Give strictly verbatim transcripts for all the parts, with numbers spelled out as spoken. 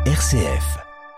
R C F.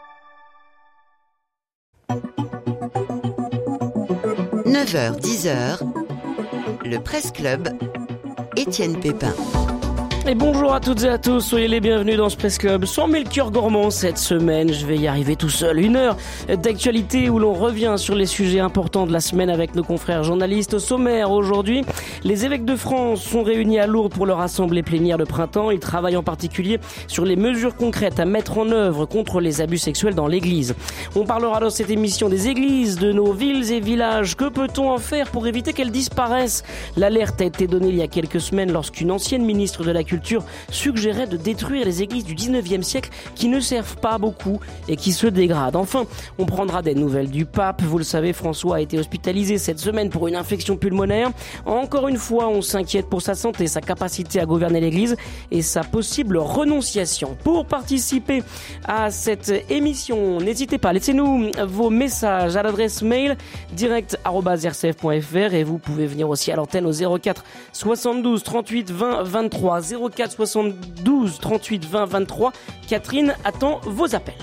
neuf heures dix, le Presse Club, Étienne Pépin. Et bonjour à toutes et à tous, soyez les bienvenus dans ce Presse Club. Sans Melchior Gormand cette semaine, je vais y arriver tout seul. Une heure d'actualité où l'on revient sur les sujets importants de la semaine avec nos confrères journalistes. Au sommaire aujourd'hui, les évêques de France sont réunis à Lourdes pour leur assemblée plénière de printemps. Ils travaillent en particulier sur les mesures concrètes à mettre en œuvre contre les abus sexuels dans l'église. On parlera dans cette émission des églises de nos villes et villages. Que peut-on en faire pour éviter qu'elles disparaissent ? L'alerte a été donnée il y a quelques semaines lorsqu'une ancienne ministre de la Culture suggérait de détruire les églises du dix-neuvième siècle qui ne servent pas beaucoup et qui se dégradent. Enfin, on prendra des nouvelles du pape. Vous le savez, François a été hospitalisé cette semaine pour une infection pulmonaire. Encore une fois, on s'inquiète pour sa santé, sa capacité à gouverner l'église et sa possible renonciation. Pour participer à cette émission, n'hésitez pas, laissez-nous vos messages à l'adresse mail direct arobase r c f point f r et vous pouvez venir aussi à l'antenne au zéro quatre soixante-douze trente-huit vingt vingt-trois zéro quatre soixante-douze trente-huit vingt vingt-trois. Catherine attend vos appels.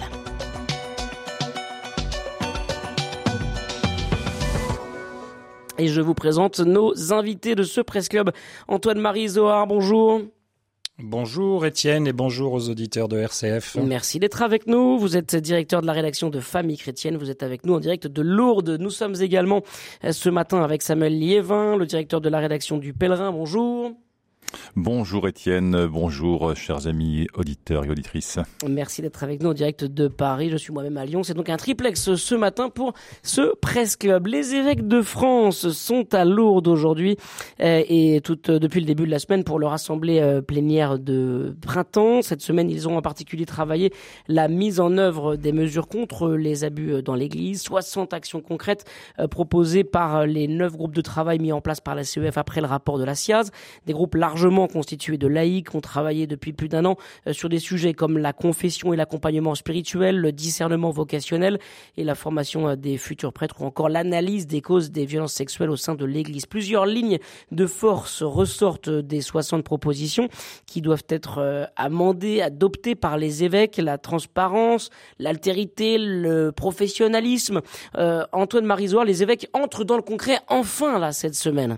Et je vous présente nos invités de ce Presse Club. Antoine-Marie Zohar, bonjour. Bonjour Étienne et bonjour aux auditeurs de R C F. Merci d'être avec nous. Vous êtes directeur de la rédaction de Famille Chrétienne. Vous êtes avec nous en direct de Lourdes. Nous sommes également ce matin avec Samuel Liévin, le directeur de la rédaction du Pèlerin. Bonjour. Bonjour Étienne, bonjour chers amis auditeurs et auditrices. Merci d'être avec nous en direct de Paris. Je suis moi-même à Lyon. C'est donc un triplex ce matin pour ce Presse Club. Les évêques de France sont à Lourdes aujourd'hui euh, et tout, euh, depuis le début de la semaine pour leur assemblée euh, plénière de printemps. Cette semaine, ils ont en particulier travaillé la mise en œuvre des mesures contre les abus dans l'Église. soixante actions concrètes euh, proposées par les neuf groupes de travail mis en place par la C E F après le rapport de la S I A Z. Des groupes largement constitués de laïcs ont travaillé depuis plus d'un an sur des sujets comme la confession et l'accompagnement spirituel, le discernement vocationnel et la formation des futurs prêtres ou encore l'analyse des causes des violences sexuelles au sein de l'Église. Plusieurs lignes de force ressortent des soixante propositions qui doivent être amendées, adoptées par les évêques. La transparence, l'altérité, le professionnalisme. Euh, Antoine-Marie Zohar, les évêques entrent dans le concret enfin là cette semaine.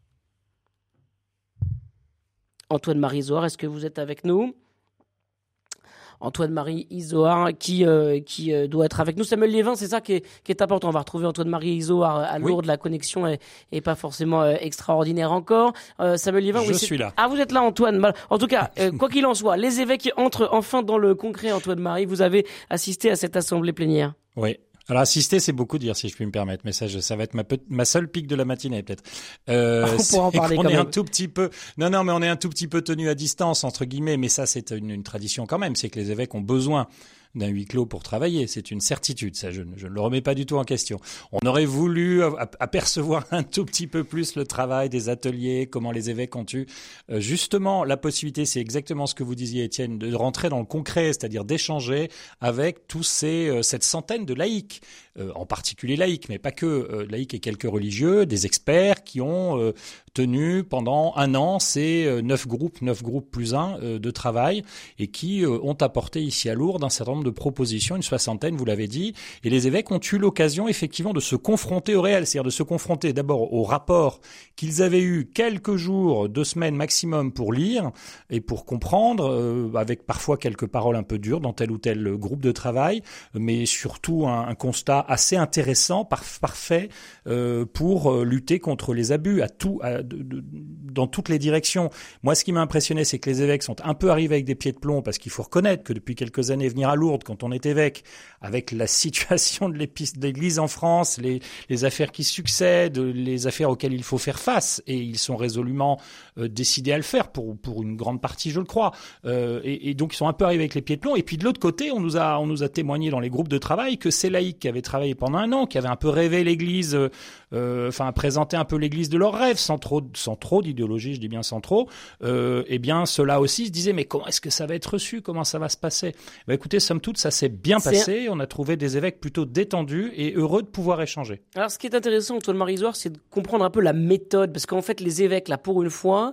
Antoine-Marie Zohar, est-ce que vous êtes avec nous ? Antoine-Marie Zohar qui euh, qui euh, doit être avec nous. Samuel Liévin, c'est ça qui est, qui est important. On va retrouver Antoine-Marie Zohar à Lourdes. Oui. La connexion est, est pas forcément euh, extraordinaire encore. Euh, Samuel Liévin, je oui, suis là. Ah, vous êtes là, Antoine. En tout cas, euh, quoi qu'il en soit, les évêques entrent enfin dans le concret. Antoine-Marie, vous avez assisté à cette assemblée plénière. Oui. Alors assister, c'est beaucoup dire, si je puis me permettre, mais ça, je, ça va être ma, pe- ma seule pique de la matinée peut-être. Euh, on pourra en parler on quand est même. un tout petit peu, non, non, mais on est un tout petit peu tenu à distance entre guillemets, mais ça, c'est une, une tradition quand même, c'est que les évêques ont besoin d'un huis clos pour travailler, c'est une certitude, ça je, je ne le remets pas du tout en question. On aurait voulu apercevoir un tout petit peu plus le travail des ateliers, comment les évêques ont eu euh, justement la possibilité, c'est exactement ce que vous disiez Étienne, de rentrer dans le concret, c'est-à-dire d'échanger avec tous ces euh, cette centaine de laïcs, euh, en particulier laïcs, mais pas que euh, laïcs et quelques religieux, des experts qui ont euh, tenu pendant un an ces euh, neuf groupes, neuf groupes plus un euh, de travail et qui euh, ont apporté ici à Lourdes un certain nombre de propositions, une soixantaine, vous l'avez dit, et les évêques ont eu l'occasion effectivement de se confronter au réel, c'est-à-dire de se confronter d'abord au rapport qu'ils avaient eu quelques jours, deux semaines maximum pour lire et pour comprendre, euh, avec parfois quelques paroles un peu dures dans tel ou tel groupe de travail, mais surtout un, un constat assez intéressant, par, parfait, euh, pour lutter contre les abus à tout, à, de, de, dans toutes les directions. Moi, ce qui m'a impressionné, c'est que les évêques sont un peu arrivés avec des pieds de plomb, parce qu'il faut reconnaître que depuis quelques années, venir à Lourdes, quand on est évêque, avec la situation de l'Église en France, les, les affaires qui succèdent, les affaires auxquelles il faut faire face, et ils sont résolument euh, décidés à le faire pour pour une grande partie, je le crois. Euh, et, et donc ils sont un peu arrivés avec les pieds de plomb. Et puis de l'autre côté, on nous a on nous a témoigné dans les groupes de travail que ces laïcs qui avaient travaillé pendant un an, qui avaient un peu rêvé l'Église, euh, enfin présenté un peu l'Église de leurs rêves, sans trop sans trop d'idéologie, je dis bien sans trop. Euh, eh bien, ceux-là aussi se disaient mais comment est-ce que ça va être reçu, comment ça va se passer? Ben écoutez, somme toute, ça s'est bien C'est... passé. On a trouvé des évêques plutôt détendus et heureux de pouvoir échanger. Alors, ce qui est intéressant, Antoine-Marie Zohar, c'est de comprendre un peu la méthode, parce qu'en fait, les évêques, là, pour une fois,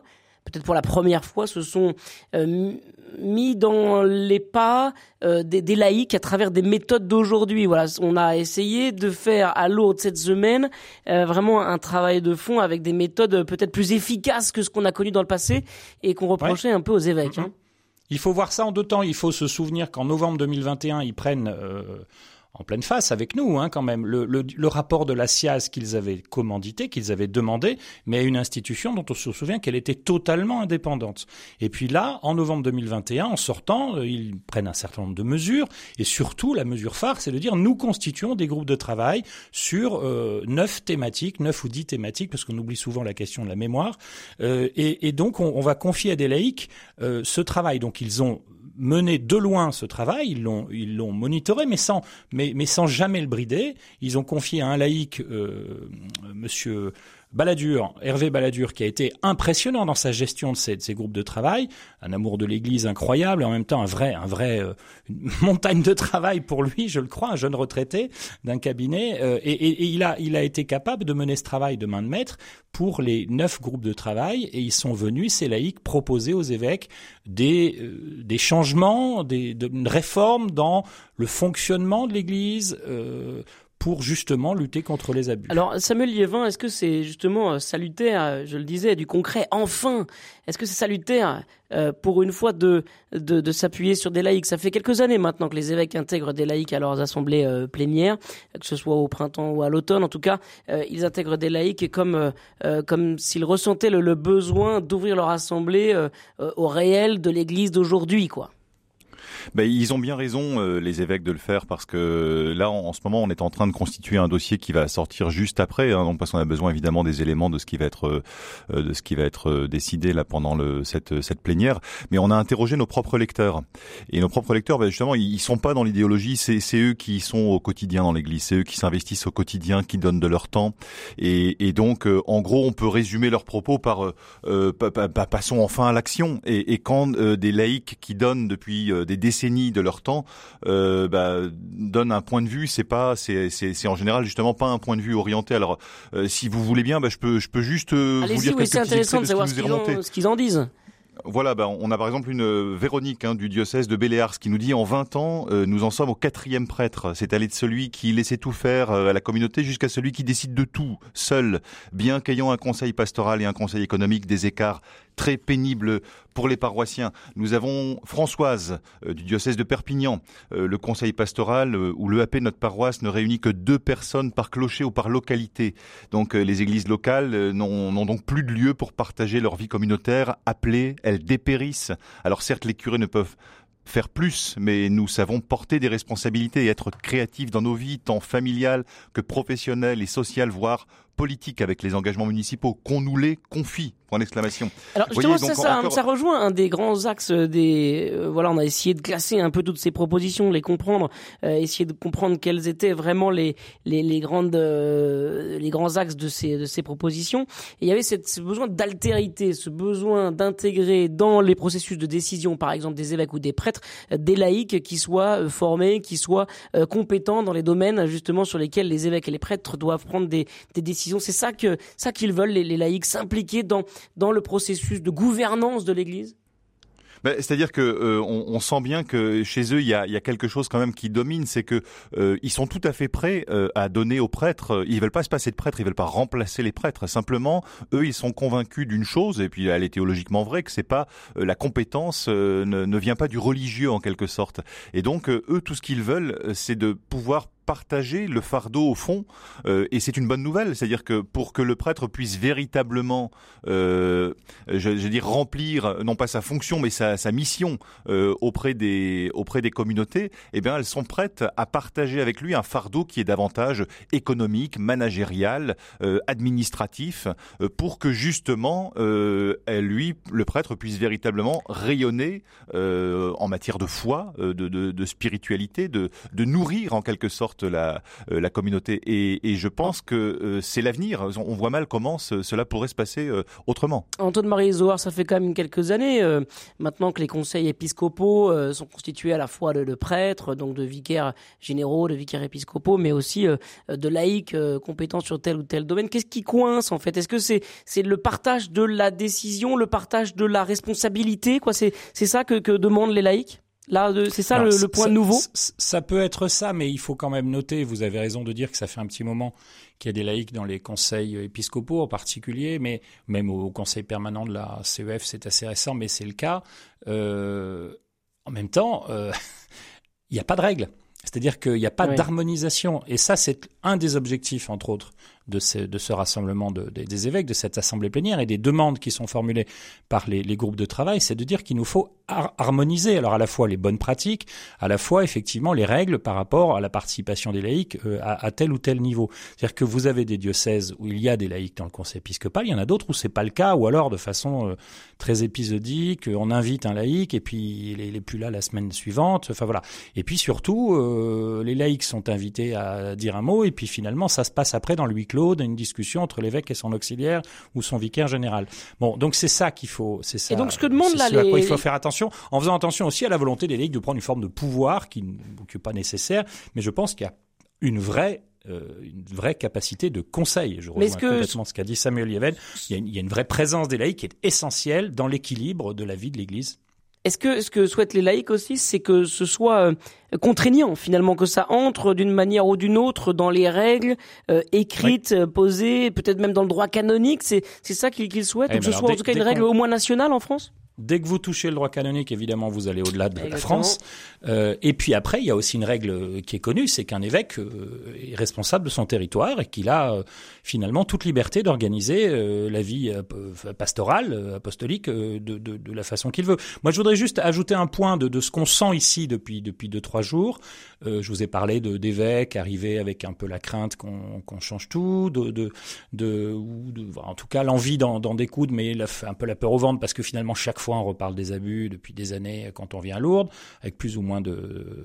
peut-être pour la première fois, se sont euh, mis dans les pas euh, des, des laïcs à travers des méthodes d'aujourd'hui. Voilà, on a essayé de faire à Lourdes cette semaine euh, vraiment un travail de fond avec des méthodes peut-être plus efficaces que ce qu'on a connu dans le passé et qu'on reprochait ouais. un peu aux évêques. Mm-hmm. Hein. Il faut voir ça en deux temps. Il faut se souvenir qu'en novembre deux mille vingt et un, ils prennent euh, en pleine face avec nous, hein, quand même, le, le, le rapport de la S I A S qu'ils avaient commandité, qu'ils avaient demandé, mais à une institution dont on se souvient qu'elle était totalement indépendante. Et puis là, en novembre deux mille vingt et un, en sortant, ils prennent un certain nombre de mesures, et surtout, la mesure phare, c'est de dire, nous constituons des groupes de travail sur euh, neuf thématiques, neuf ou dix thématiques, parce qu'on oublie souvent la question de la mémoire, euh, et, et donc on, on va confier à des laïcs euh, ce travail. Donc ils ont mené de loin ce travail, ils l'ont, ils l'ont monitoré, mais sans, mais, mais sans jamais le brider. Ils ont confié à un laïc, euh, Monsieur Balladur, Hervé Balladur, qui a été impressionnant dans sa gestion de ces, de ces groupes de travail, un amour de l'Église incroyable, et en même temps un vrai, un vrai, euh, une montagne de travail pour lui, je le crois, un jeune retraité d'un cabinet, euh, et, et, et il a, il a été capable de mener ce travail de main de maître pour les neuf groupes de travail, et ils sont venus, ces laïcs, proposer aux évêques des, euh, des changements, des, de, une réforme dans le fonctionnement de l'Église, euh, pour justement lutter contre les abus. Alors Samuel Liévin, est-ce que c'est justement salutaire, je le disais, du concret, enfin, est-ce que c'est salutaire euh, pour une fois de, de, de s'appuyer sur des laïcs? Ça fait quelques années maintenant que les évêques intègrent des laïcs à leurs assemblées euh, plénières, que ce soit au printemps ou à l'automne, en tout cas, euh, ils intègrent des laïcs comme, euh, comme s'ils ressentaient le, le besoin d'ouvrir leur assemblée euh, au réel de l'Église d'aujourd'hui, quoi. Ben, ils ont bien raison, euh, les évêques, de le faire, parce que là, en, en ce moment, on est en train de constituer un dossier qui va sortir juste après, hein, donc parce qu'on a besoin évidemment des éléments de ce qui va être euh, de ce qui va être euh, décidé là pendant le, cette, cette plénière. Mais on a interrogé nos propres lecteurs, et nos propres lecteurs, ben, justement, ils, ils sont pas dans l'idéologie. C'est, c'est eux qui sont au quotidien dans l'Église, c'est eux qui s'investissent au quotidien, qui donnent de leur temps, et, et donc, euh, en gros, on peut résumer leurs propos par euh, euh, pa, pa, pa, passons enfin à l'action. Et, et quand euh, des laïcs qui donnent depuis euh, des décennies de leur temps euh, bah, donne un point de vue, c'est pas c'est c'est c'est en général justement pas un point de vue orienté. Alors euh, si vous voulez bien, bah, je peux je peux juste euh, vous dire oui, quelques petits extraits de ce qui nous est remonté. Ce qu'ils en disent. Voilà, ben, on a par exemple une euh, Véronique hein, du diocèse de Béléars qui nous dit en vingt ans, euh, nous en sommes au quatrième prêtre. C'est allé de celui qui laissait tout faire euh, à la communauté jusqu'à celui qui décide de tout, seul, bien qu'ayant un conseil pastoral et un conseil économique, des écarts très pénibles pour les paroissiens. Nous avons Françoise euh, du diocèse de Perpignan, euh, le conseil pastoral euh, où l'E A P de notre paroisse ne réunit que deux personnes par clocher ou par localité. Donc euh, les églises locales euh, n'ont, n'ont donc plus de lieu pour partager leur vie communautaire, appelées, elles dépérissent. Alors certes, les curés ne peuvent faire plus, mais nous savons porter des responsabilités et être créatifs dans nos vies, tant familiales que professionnelles et sociales, voire politiques, avec les engagements municipaux, qu'on nous les confie. Point d'exclamation. Alors justement, voyez, donc, ça, encore... ça rejoint un des grands axes des. Euh, voilà, on a essayé de classer un peu toutes ces propositions, les comprendre, euh, essayer de comprendre quels étaient vraiment les les, les grandes euh, les grands axes de ces de ces propositions. Et il y avait cette, ce besoin d'altérité, ce besoin d'intégrer dans les processus de décision, par exemple des évêques ou des prêtres, des laïcs qui soient euh, formés, qui soient euh, compétents dans les domaines justement sur lesquels les évêques et les prêtres doivent prendre des des décisions. C'est ça que ça qu'ils veulent, les, les laïcs, s'impliquer dans dans le processus de gouvernance de l'Église? Ben, c'est-à-dire que euh, on, on sent bien que chez eux il y a, il y a quelque chose quand même qui domine, c'est que euh, ils sont tout à fait prêts euh, à donner aux prêtres. Ils veulent pas se passer de prêtres, ils veulent pas remplacer les prêtres. Simplement, eux, ils sont convaincus d'une chose, et puis elle est théologiquement vraie, que c'est pas euh, la compétence euh, ne, ne vient pas du religieux en quelque sorte. Et donc euh, eux, tout ce qu'ils veulent, c'est de pouvoir partager le fardeau au fond, euh, et c'est une bonne nouvelle, c'est-à-dire que pour que le prêtre puisse véritablement, euh, je, je veux dire, remplir non pas sa fonction mais sa, sa mission euh, auprès des auprès des communautés, eh bien elles sont prêtes à partager avec lui un fardeau qui est davantage économique, managérial, euh, administratif, euh, pour que justement euh, lui, le prêtre, puisse véritablement rayonner euh, en matière de foi, euh, de, de, de spiritualité, de, de nourrir en quelque sorte porte la, euh, la communauté. Et, et je pense que euh, c'est l'avenir. On voit mal comment ce, cela pourrait se passer euh, autrement. Antoine-Marie Zohar, ça fait quand même quelques années euh, maintenant que les conseils épiscopaux euh, sont constitués à la fois de, de prêtres, donc de vicaires généraux, de vicaires épiscopaux, mais aussi euh, de laïcs euh, compétents sur tel ou tel domaine. Qu'est-ce qui coince en fait? Est-ce que c'est c'est le partage de la décision, le partage de la responsabilité, quoi? C'est c'est ça que que demandent les laïcs? Là, c'est ça Alors, le, le point ça, nouveau. Ça, ça peut être ça, mais il faut quand même noter. Vous avez raison de dire que ça fait un petit moment qu'il y a des laïcs dans les conseils épiscopaux en particulier, mais même au conseil permanent de la C E F, c'est assez récent, mais c'est le cas. Euh, en même temps, euh, il n'y a pas de règles. C'est-à-dire qu'il n'y a pas oui. d'harmonisation. Et ça, c'est un des objectifs, entre autres, de ce, de ce rassemblement de, de, des évêques, de cette assemblée plénière et des demandes qui sont formulées par les, les groupes de travail, c'est de dire qu'il nous faut har- harmoniser alors à la fois les bonnes pratiques, à la fois effectivement les règles par rapport à la participation des laïcs euh, à, à tel ou tel niveau. C'est-à-dire que vous avez des diocèses où il y a des laïcs dans le conseil épiscopal, il y en a d'autres où c'est pas le cas, ou alors de façon euh, très épisodique, on invite un laïc et puis il est, il est plus là la semaine suivante, enfin voilà. Et puis surtout, euh, les laïcs sont invités à dire un mot et puis finalement ça se passe après dans le huis clos d'une discussion entre l'évêque et son auxiliaire ou son vicaire général. Bon, donc c'est ça qu'il faut, c'est ça. Et donc ce que demande là, ce à les... quoi il faut faire attention, en faisant attention aussi à la volonté des laïcs de prendre une forme de pouvoir qui n'est pas nécessaire, mais je pense qu'il y a une vraie Euh, une vraie capacité de conseil. Je rejoins que... complètement ce qu'a dit Samuel Lieven. Il y, a une, il y a une vraie présence des laïcs qui est essentielle dans l'équilibre de la vie de l'Église. Est-ce que ce que souhaitent les laïcs aussi, c'est que ce soit euh, contraignant finalement, que ça entre d'une manière ou d'une autre dans les règles euh, écrites, oui. posées, peut-être même dans le droit canonique. C'est c'est ça qu'ils, qu'ils souhaitent, eh ou que ce soit dès, en tout cas une règle au moins nationale en France? Dès que vous touchez le droit canonique, évidemment, vous allez au-delà de Exactement. la France. Euh, et puis après, il y a aussi une règle qui est connue, c'est qu'un évêque euh, est responsable de son territoire et qu'il a euh, finalement toute liberté d'organiser euh, la vie euh, pastorale, euh, apostolique, euh, de, de, de la façon qu'il veut. Moi, je voudrais juste ajouter un point de, de ce qu'on sent ici depuis depuis deux trois jours. Euh, je vous ai parlé de d'évêques arrivés avec un peu la crainte qu'on, qu'on change tout, de de, de, ou de en tout cas l'envie d'en, d'en découdre, mais la, un peu la peur au ventre parce que finalement chaque fois on reparle des abus depuis des années quand on vient à Lourdes, avec plus ou moins de...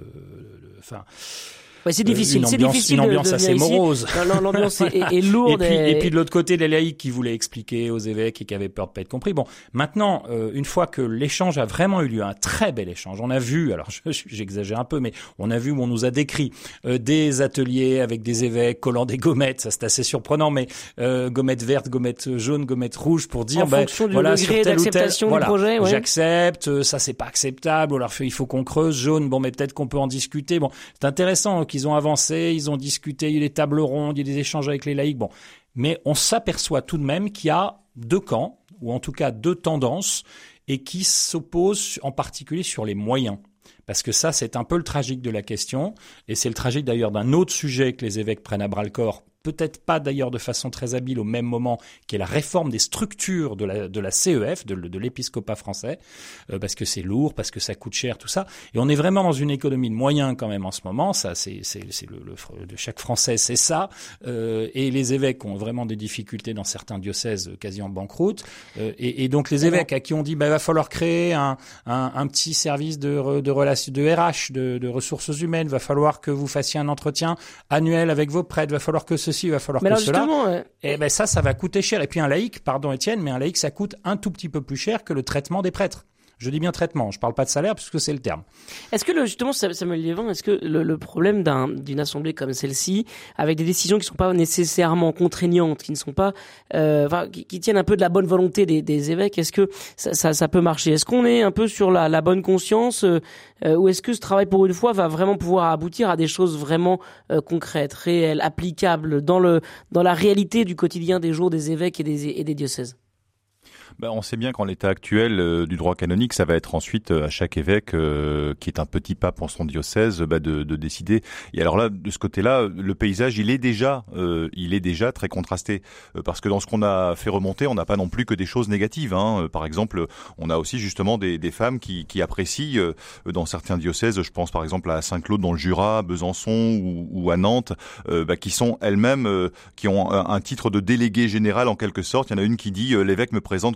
Enfin... Ouais, c'est difficile, une ambiance, c'est difficile une ambiance de, de assez morose. Non, non, l'ambiance est, est, est lourde. Et puis, et... et puis de l'autre côté, les laïcs qui voulaient expliquer aux évêques et qui avaient peur de pas être compris. Bon, maintenant, euh, une fois que l'échange a vraiment eu lieu, un très bel échange, on a vu, alors je, j'exagère un peu, mais on a vu où on nous a décrit euh, des ateliers avec des évêques collant des gommettes, ça c'est assez surprenant, mais euh, gommettes vertes, gommettes jaunes, gommettes rouges pour dire, en ben fonction du voilà, degré sur tel d'acceptation ou tel, du voilà, projet, ouais. J'accepte, ça c'est pas acceptable, alors il faut qu'on creuse, jaune, bon, mais peut-être qu'on peut en discuter. Bon, c'est intéressant qu'ils ont avancé. Ils ont discuté, il y a des tables rondes, il y a des échanges avec les laïcs. Bon, mais on s'aperçoit tout de même qu'il y a deux camps, ou en tout cas deux tendances, et qui s'opposent en particulier sur les moyens. Parce que ça, c'est un peu le tragique de la question, et c'est le tragique d'ailleurs d'un autre sujet que les évêques prennent à bras-le-corps, peut-être pas d'ailleurs de façon très habile au même moment, qui est la réforme des structures de la, de la C E F, de, de l'épiscopat français, euh, parce que c'est lourd, parce que ça coûte cher, tout ça. Et on est vraiment dans une économie de moyens quand même en ce moment. Ça, c'est, c'est, c'est le, le, de chaque Français, c'est ça. Euh, et les évêques ont vraiment des difficultés dans certains diocèses quasi en banqueroute. Euh, et, et donc les évêques à qui on dit, bah, il va falloir créer un, un, un petit service de, de relation, de R H, de, de ressources humaines. Va falloir que vous fassiez un entretien annuel avec vos prêtres. Va falloir que ce il va falloir mais que alors cela. Euh... Et ben ça, ça va coûter cher. Et puis un laïc, pardon Étienne, mais un laïc, ça coûte un tout petit peu plus cher que le traitement des prêtres. Je dis bien traitement, je parle pas de salaire puisque c'est le terme. Est-ce que le, justement, Samuel Lieven, est-ce que le, le problème d'un, d'une assemblée comme celle-ci, avec des décisions qui sont pas nécessairement contraignantes, qui ne sont pas, euh, enfin, qui, qui tiennent un peu de la bonne volonté des, des évêques, est-ce que ça, ça, ça peut marcher? Est-ce qu'on est un peu sur la, la bonne conscience, euh, ou est-ce que ce travail pour une fois va vraiment pouvoir aboutir à des choses vraiment euh, concrètes, réelles, applicables dans le dans la réalité du quotidien des jours des évêques et des, et des diocèses? Ben, on sait bien qu'en l'état actuel euh, du droit canonique, ça va être ensuite euh, à chaque évêque euh, qui est un petit pape en son diocèse bah, de, de décider. Et alors là, de ce côté-là, le paysage, il est déjà, euh, il est déjà très contrasté euh, parce que dans ce qu'on a fait remonter, on n'a pas non plus que des choses négatives. Hein. Euh, par exemple, on a aussi justement des, des femmes qui, qui apprécient euh, dans certains diocèses. Je pense par exemple à Saint-Claude dans le Jura, Besançon ou, ou à Nantes, euh, bah, qui sont elles-mêmes, euh, qui ont un, un titre de délégué général en quelque sorte. Il y en a une qui dit euh, l'évêque me présente comme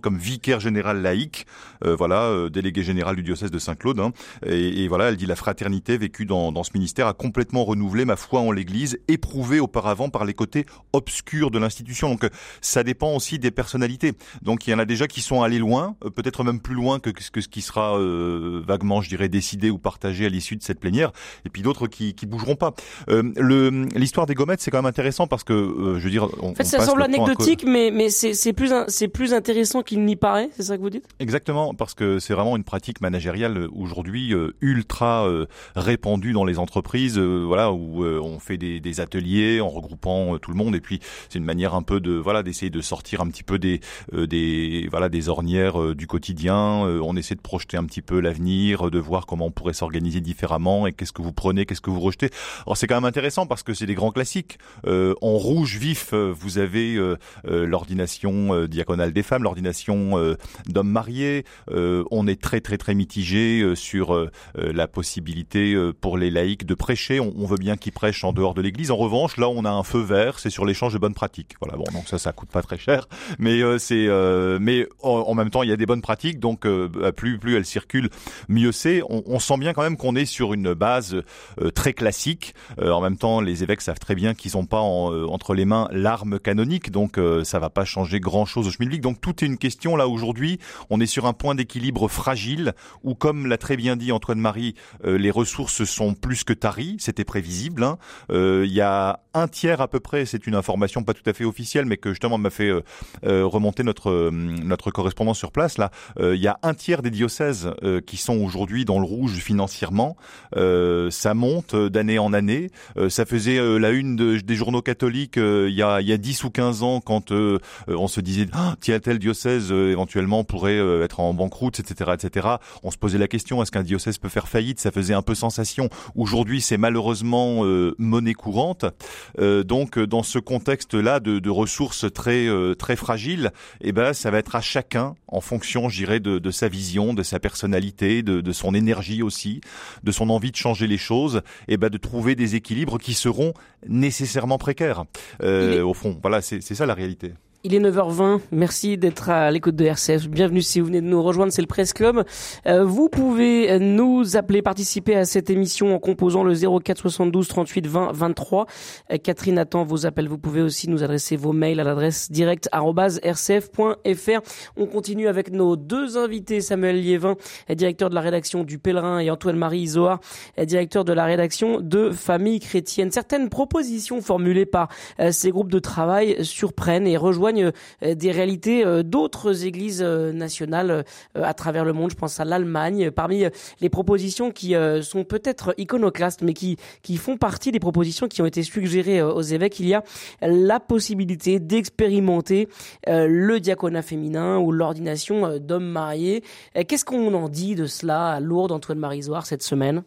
comme vicaire général laïque, euh, voilà, euh, délégué général du diocèse de Saint-Claude. Hein, et, et voilà, elle dit la fraternité vécue dans, dans ce ministère a complètement renouvelé ma foi en l'Église, éprouvée auparavant par les côtés obscurs de l'institution. Donc ça dépend aussi des personnalités. Donc il y en a déjà qui sont allés loin, euh, peut-être même plus loin que, que ce qui sera euh, vaguement, je dirais, décidé ou partagé à l'issue de cette plénière, et puis d'autres qui qui bougeront pas. Euh, le l'histoire des gommettes, c'est quand même intéressant parce que euh, je veux dire, on, en fait, on ça passe semble le temps à anecdotique, co- mais mais c'est c'est plus c'est plus intéressant qu'il n'y paraît. C'est ça que vous dites? Exactement, parce que c'est vraiment une pratique managériale aujourd'hui euh, ultra euh, répandue dans les entreprises, euh, voilà, où euh, on fait des, des ateliers en regroupant euh, tout le monde, et puis c'est une manière un peu de voilà d'essayer de sortir un petit peu des euh, des voilà des ornières euh, du quotidien. Euh, on essaie de projeter un petit peu l'avenir, de voir comment on pourrait s'organiser différemment et qu'est-ce que vous prenez, qu'est-ce que vous rejetez. Alors c'est quand même intéressant parce que c'est des grands classiques. Euh, en rouge vif, vous avez euh, euh, l'ordination euh, diaconale des femmes, l'ordination euh, d'hommes mariés. Euh, on est très très très mitigé euh, sur euh, la possibilité euh, pour les laïcs de prêcher. On, on veut bien qu'ils prêchent en dehors de l'église. En revanche, là on a un feu vert, c'est sur l'échange de bonnes pratiques. Voilà, bon, donc ça ça coûte pas très cher, mais euh, c'est euh, mais en, en même temps il y a des bonnes pratiques, donc euh, plus plus elles circulent, mieux c'est. On, on sent bien quand même qu'on est sur une base euh, très classique. Euh, en même temps, les évêques savent très bien qu'ils n'ont pas en, euh, entre les mains l'arme canonique, donc euh, ça va pas changer grand-chose au schmilblick. Donc tout est une question là aujourd'hui. On est sur un point d'équilibre fragile où, comme l'a très bien dit Antoine-Marie, euh, les ressources sont plus que taries. C'était prévisible. Hein. Euh, il y a un tiers à peu près, c'est une information pas tout à fait officielle, mais que justement m'a fait euh, euh, remonter notre euh, notre correspondant sur place. Là, euh, il y a un tiers des diocèses euh, qui sont aujourd'hui dans le rouge financièrement. Euh, ça monte d'année en année. Euh, ça faisait euh, la une de, des journaux catholiques euh, il y a il y a dix ou quinze ans quand euh, on se disait ah, tiens, tel diocèse euh, éventuellement pourrait euh, être en banqueroute, et cetera, et cetera. On se posait la question, est-ce qu'un diocèse peut faire faillite? Ça faisait un peu sensation. Aujourd'hui, c'est malheureusement euh, monnaie courante. Euh, donc, dans ce contexte-là de, de ressources très euh, très fragiles, eh ben, ça va être à chacun, en fonction, je dirais, de, de sa vision, de sa personnalité, de, de son énergie aussi, de son envie de changer les choses, eh ben, de trouver des équilibres qui seront nécessairement précaires. Euh, est... Au fond, voilà, c'est, c'est ça la réalité. Il est neuf heures vingt, merci d'être à l'écoute de R C F. Bienvenue si vous venez de nous rejoindre, c'est le Presse Club. Euh, vous pouvez nous appeler, participer à cette émission en composant le zéro quatre soixante-douze trente-huit vingt vingt-trois. Euh, Catherine attend vos appels. Vous pouvez aussi nous adresser vos mails à l'adresse direct arobase r c f point f r. On continue avec nos deux invités, Samuel Liévin, directeur de la rédaction du Pèlerin, et Antoine-Marie Isoard, directeur de la rédaction de Famille Chrétienne. Certaines propositions formulées par euh, ces groupes de travail surprennent et rejoignent des réalités d'autres églises nationales à travers le monde. Je pense à l'Allemagne. Parmi les propositions qui sont peut-être iconoclastes, mais qui, qui font partie des propositions qui ont été suggérées aux évêques, il y a la possibilité d'expérimenter le diaconat féminin ou l'ordination d'hommes mariés. Qu'est-ce qu'on en dit de cela à Lourdes, Antoine-Marie Isoard, cette semaine?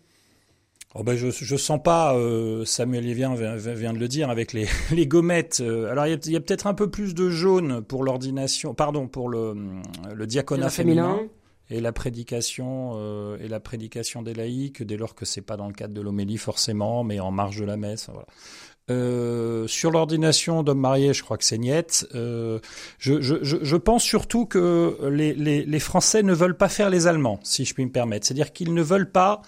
Oh ben je je sens pas, euh, Samuel Liévin vient, vient de le dire, avec les les gommettes. Euh, alors il y a, il y a peut-être un peu plus de jaune pour l'ordination, pardon, pour le le diaconat féminin, féminin et la prédication euh, et la prédication des laïcs, dès lors que c'est pas dans le cadre de l'homélie forcément, mais en marge de la messe. Voilà. Euh, sur l'ordination d'hommes mariés, je crois que c'est niette. Euh, je, je, je, je pense surtout que les, les les Français ne veulent pas faire les Allemands, si je puis me permettre. C'est-à-dire qu'ils ne veulent pas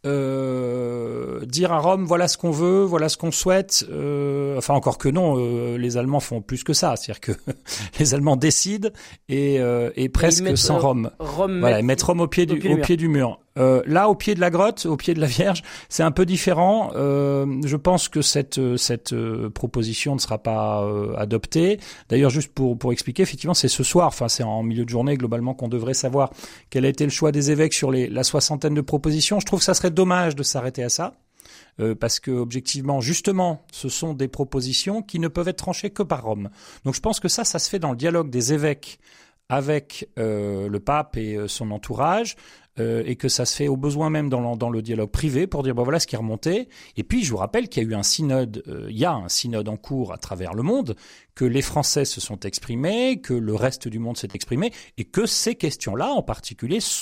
Euh, dire à Rome voilà ce qu'on veut, voilà ce qu'on souhaite. Euh, enfin encore que non, euh, les Allemands font plus que ça, c'est-à-dire que les Allemands décident et, euh, et presque mettent, sans Rome. Rome voilà, ils mettent Rome au pied du, au pied, au pied du mur. Euh, là, au pied de la grotte, au pied de la Vierge, c'est un peu différent. Euh, je pense que cette cette euh, proposition ne sera pas euh, adoptée. D'ailleurs, juste pour pour expliquer, effectivement, c'est ce soir, enfin c'est en milieu de journée globalement qu'on devrait savoir quel a été le choix des évêques sur les la soixantaine de propositions. Je trouve que ça serait dommage de s'arrêter à ça. Euh, parce que objectivement, justement, ce sont des propositions qui ne peuvent être tranchées que par Rome. Donc je pense que ça, ça se fait dans le dialogue des évêques avec euh, le pape et euh, son entourage, euh, et que ça se fait au besoin même dans le, dans le dialogue privé pour dire bon voilà ce qui est remonté. Et puis je vous rappelle qu'il y a eu un synode, euh, il y a un synode en cours à travers le monde, que les Français se sont exprimés, que le reste du monde s'est exprimé, et que ces questions-là en particulier sont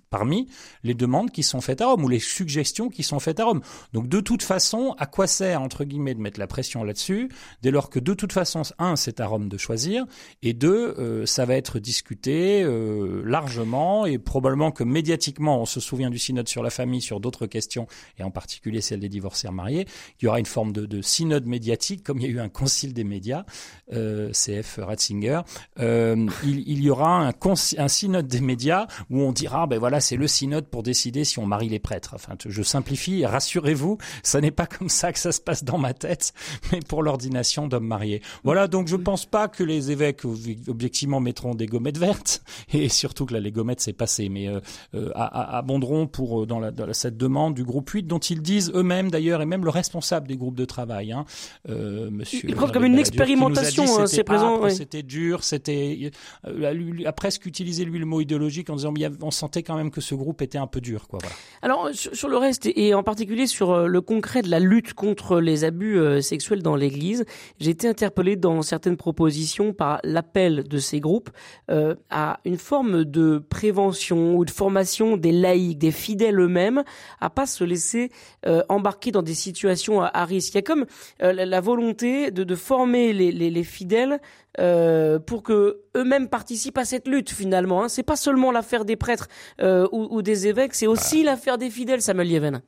parmi les demandes qui sont faites à Rome ou les suggestions qui sont faites à Rome. Donc de toute façon, à quoi sert, entre guillemets, de mettre la pression là-dessus, dès lors que de toute façon, un, c'est à Rome de choisir, et deux, euh, ça va être discuté euh, largement, et probablement que médiatiquement, on se souvient du synode sur la famille, sur d'autres questions, et en particulier celle des divorcés mariés, il y aura une forme de, de synode médiatique, comme il y a eu un concile des médias, euh, C F Ratzinger, euh, il, il y aura un, conci- un synode des médias où on dira, ben voilà, c'est le synode pour décider si on marie les prêtres. Enfin, je simplifie, rassurez-vous, ça n'est pas comme ça que ça se passe dans ma tête, mais pour l'ordination d'hommes mariés. Voilà, donc je pense pas que les évêques, objectivement, mettront des gommettes vertes, et surtout que là, les gommettes, c'est passé, mais euh, euh, abonderont pour, dans, la, dans cette demande du groupe huit, dont ils disent eux-mêmes, d'ailleurs, et même le responsable des groupes de travail, hein, euh, monsieur... Ils prennent comme une expérimentation, dit, hein, c'est présent. Âpre, oui. C'était dur, c'était... Euh, a presque utilisé, lui, le mot idéologique en disant, mais on sentait quand même que ce groupe était un peu dur, quoi, voilà. Alors, sur, sur le reste, et en particulier sur euh, le concret de la lutte contre les abus euh, sexuels dans l'Église, j'ai été interpellé dans certaines propositions par l'appel de ces groupes euh, à une forme de prévention ou de formation des laïcs, des fidèles eux-mêmes, à pas se laisser euh, embarquer dans des situations à, à risque. Il y a comme euh, la, la volonté de, de former les, les, les fidèles Euh, pour que eux-mêmes participent à cette lutte finalement. Hein. C'est pas seulement l'affaire des prêtres euh, ou, ou des évêques, c'est aussi ah. l'affaire des fidèles, Samuel Lieven.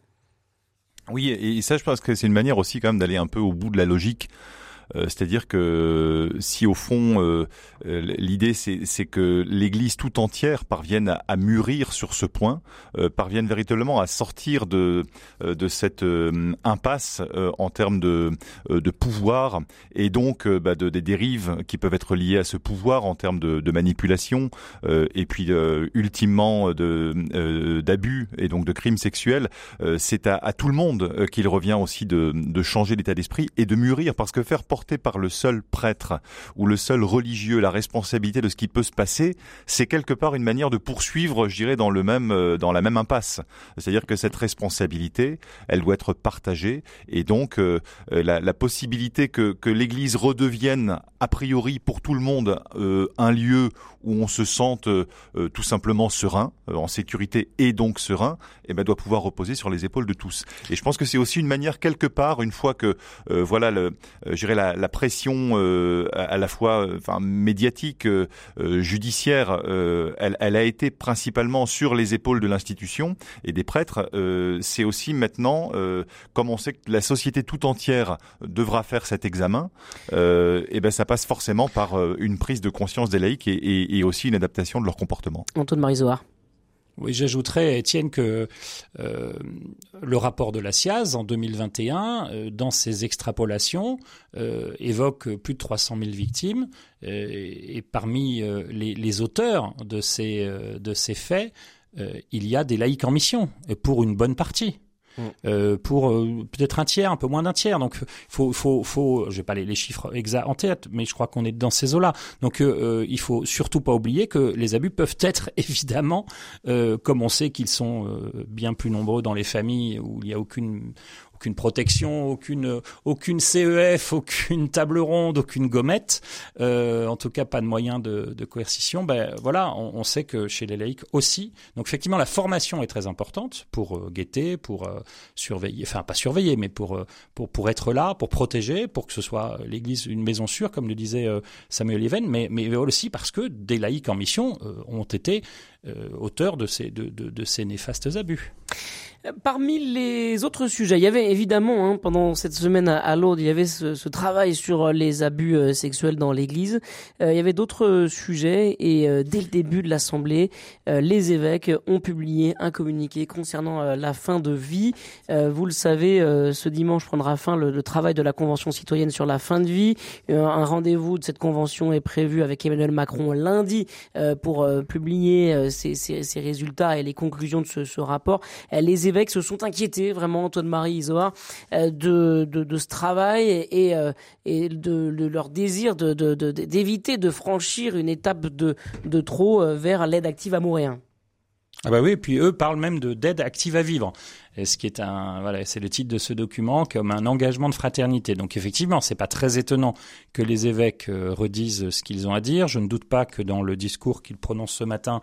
Oui, et ça, je pense que c'est une manière aussi quand même d'aller un peu au bout de la logique. Euh, c'est-à-dire que si au fond euh, l'idée c'est, c'est que l'Église tout entière parvienne à, à mûrir sur ce point, euh, parvienne véritablement à sortir de de cette euh, impasse euh, en termes de de pouvoir et donc euh, bah, de des dérives qui peuvent être liées à ce pouvoir en termes de, de manipulation euh, et puis euh, ultimement de euh, d'abus et donc de crimes sexuels. Euh, c'est à, à tout le monde qu'il revient aussi de de changer l'état d'esprit et de mûrir, parce que faire porté par le seul prêtre ou le seul religieux la responsabilité de ce qui peut se passer, c'est quelque part une manière de poursuivre, je dirais, dans le même dans la même impasse. C'est-à-dire que cette responsabilité, elle doit être partagée, et donc euh, la, la possibilité que que l'Église redevienne a priori pour tout le monde euh, un lieu où on se sente euh, tout simplement serein, euh, en sécurité et donc serein, eh ben doit pouvoir reposer sur les épaules de tous. Et je pense que c'est aussi une manière quelque part, une fois que euh, voilà le, euh, je dirais la, la pression euh, à, à la fois, euh, enfin médiatique, euh, judiciaire, euh, elle, elle a été principalement sur les épaules de l'institution et des prêtres. Euh, c'est aussi maintenant, euh, comme on sait que la société tout entière devra faire cet examen, euh, et ben ça passe forcément par euh, une prise de conscience des laïcs et, et, et aussi une adaptation de leur comportement. Antoine-Marie Zohar. Oui, j'ajouterais, Étienne, que euh, le rapport de la S I A Z en deux mille vingt et un, euh, dans ses extrapolations, euh, évoque plus de trois cent mille victimes, euh, et parmi euh, les, les auteurs de ces, euh, de ces faits, euh, il y a des laïcs en mission, pour une bonne partie. Euh, pour euh, peut-être un tiers, un peu moins d'un tiers. Donc, faut, faut, faut. Je vais pas les, les chiffres exacts en tête, mais je crois qu'on est dans ces eaux-là. Donc, euh, il faut surtout pas oublier que les abus peuvent être évidemment, euh, comme on sait qu'ils sont euh, bien plus nombreux dans les familles où il y a aucune aucune protection, aucune aucune C E F, aucune table ronde, aucune gommette, euh, en tout cas pas de moyen de, de coercition. Ben voilà, on, on sait que chez les laïcs aussi. Donc effectivement, la formation est très importante pour euh, guetter, pour euh, surveiller, enfin pas surveiller, mais pour euh, pour pour être là, pour protéger, pour que ce soit l'Église une maison sûre, comme le disait euh, Samuel Lieven, mais mais aussi parce que des laïcs en mission euh, ont été euh, auteurs de ces de, de de ces néfastes abus. Parmi les autres sujets, il y avait évidemment, hein, pendant cette semaine à, à Lourdes, il y avait ce, ce travail sur les abus euh, sexuels dans l'Église. Euh, il y avait d'autres sujets et euh, dès le début de l'Assemblée, euh, les évêques ont publié un communiqué concernant euh, la fin de vie. Euh, vous le savez, euh, ce dimanche prendra fin le, le travail de la Convention citoyenne sur la fin de vie. Euh, un rendez-vous de cette convention est prévu avec Emmanuel Macron lundi euh, pour euh, publier euh, ses, ses, ses résultats et les conclusions de ce, ce rapport. Euh, les évêques se sont inquiétés vraiment, Antoine-Marie Zohar, euh, de, de, de ce travail et, et, euh, et de, de leur désir de, de, de, d'éviter de franchir une étape de, de trop euh, vers l'aide active à mourir. Ah bah oui, et puis eux parlent même de d'aide active à vivre. Et ce qui est un, voilà, c'est le titre de ce document, comme un engagement de fraternité. Donc effectivement, c'est pas très étonnant que les évêques euh, redisent ce qu'ils ont à dire. Je ne doute pas que dans le discours qu'ils prononcent ce matin,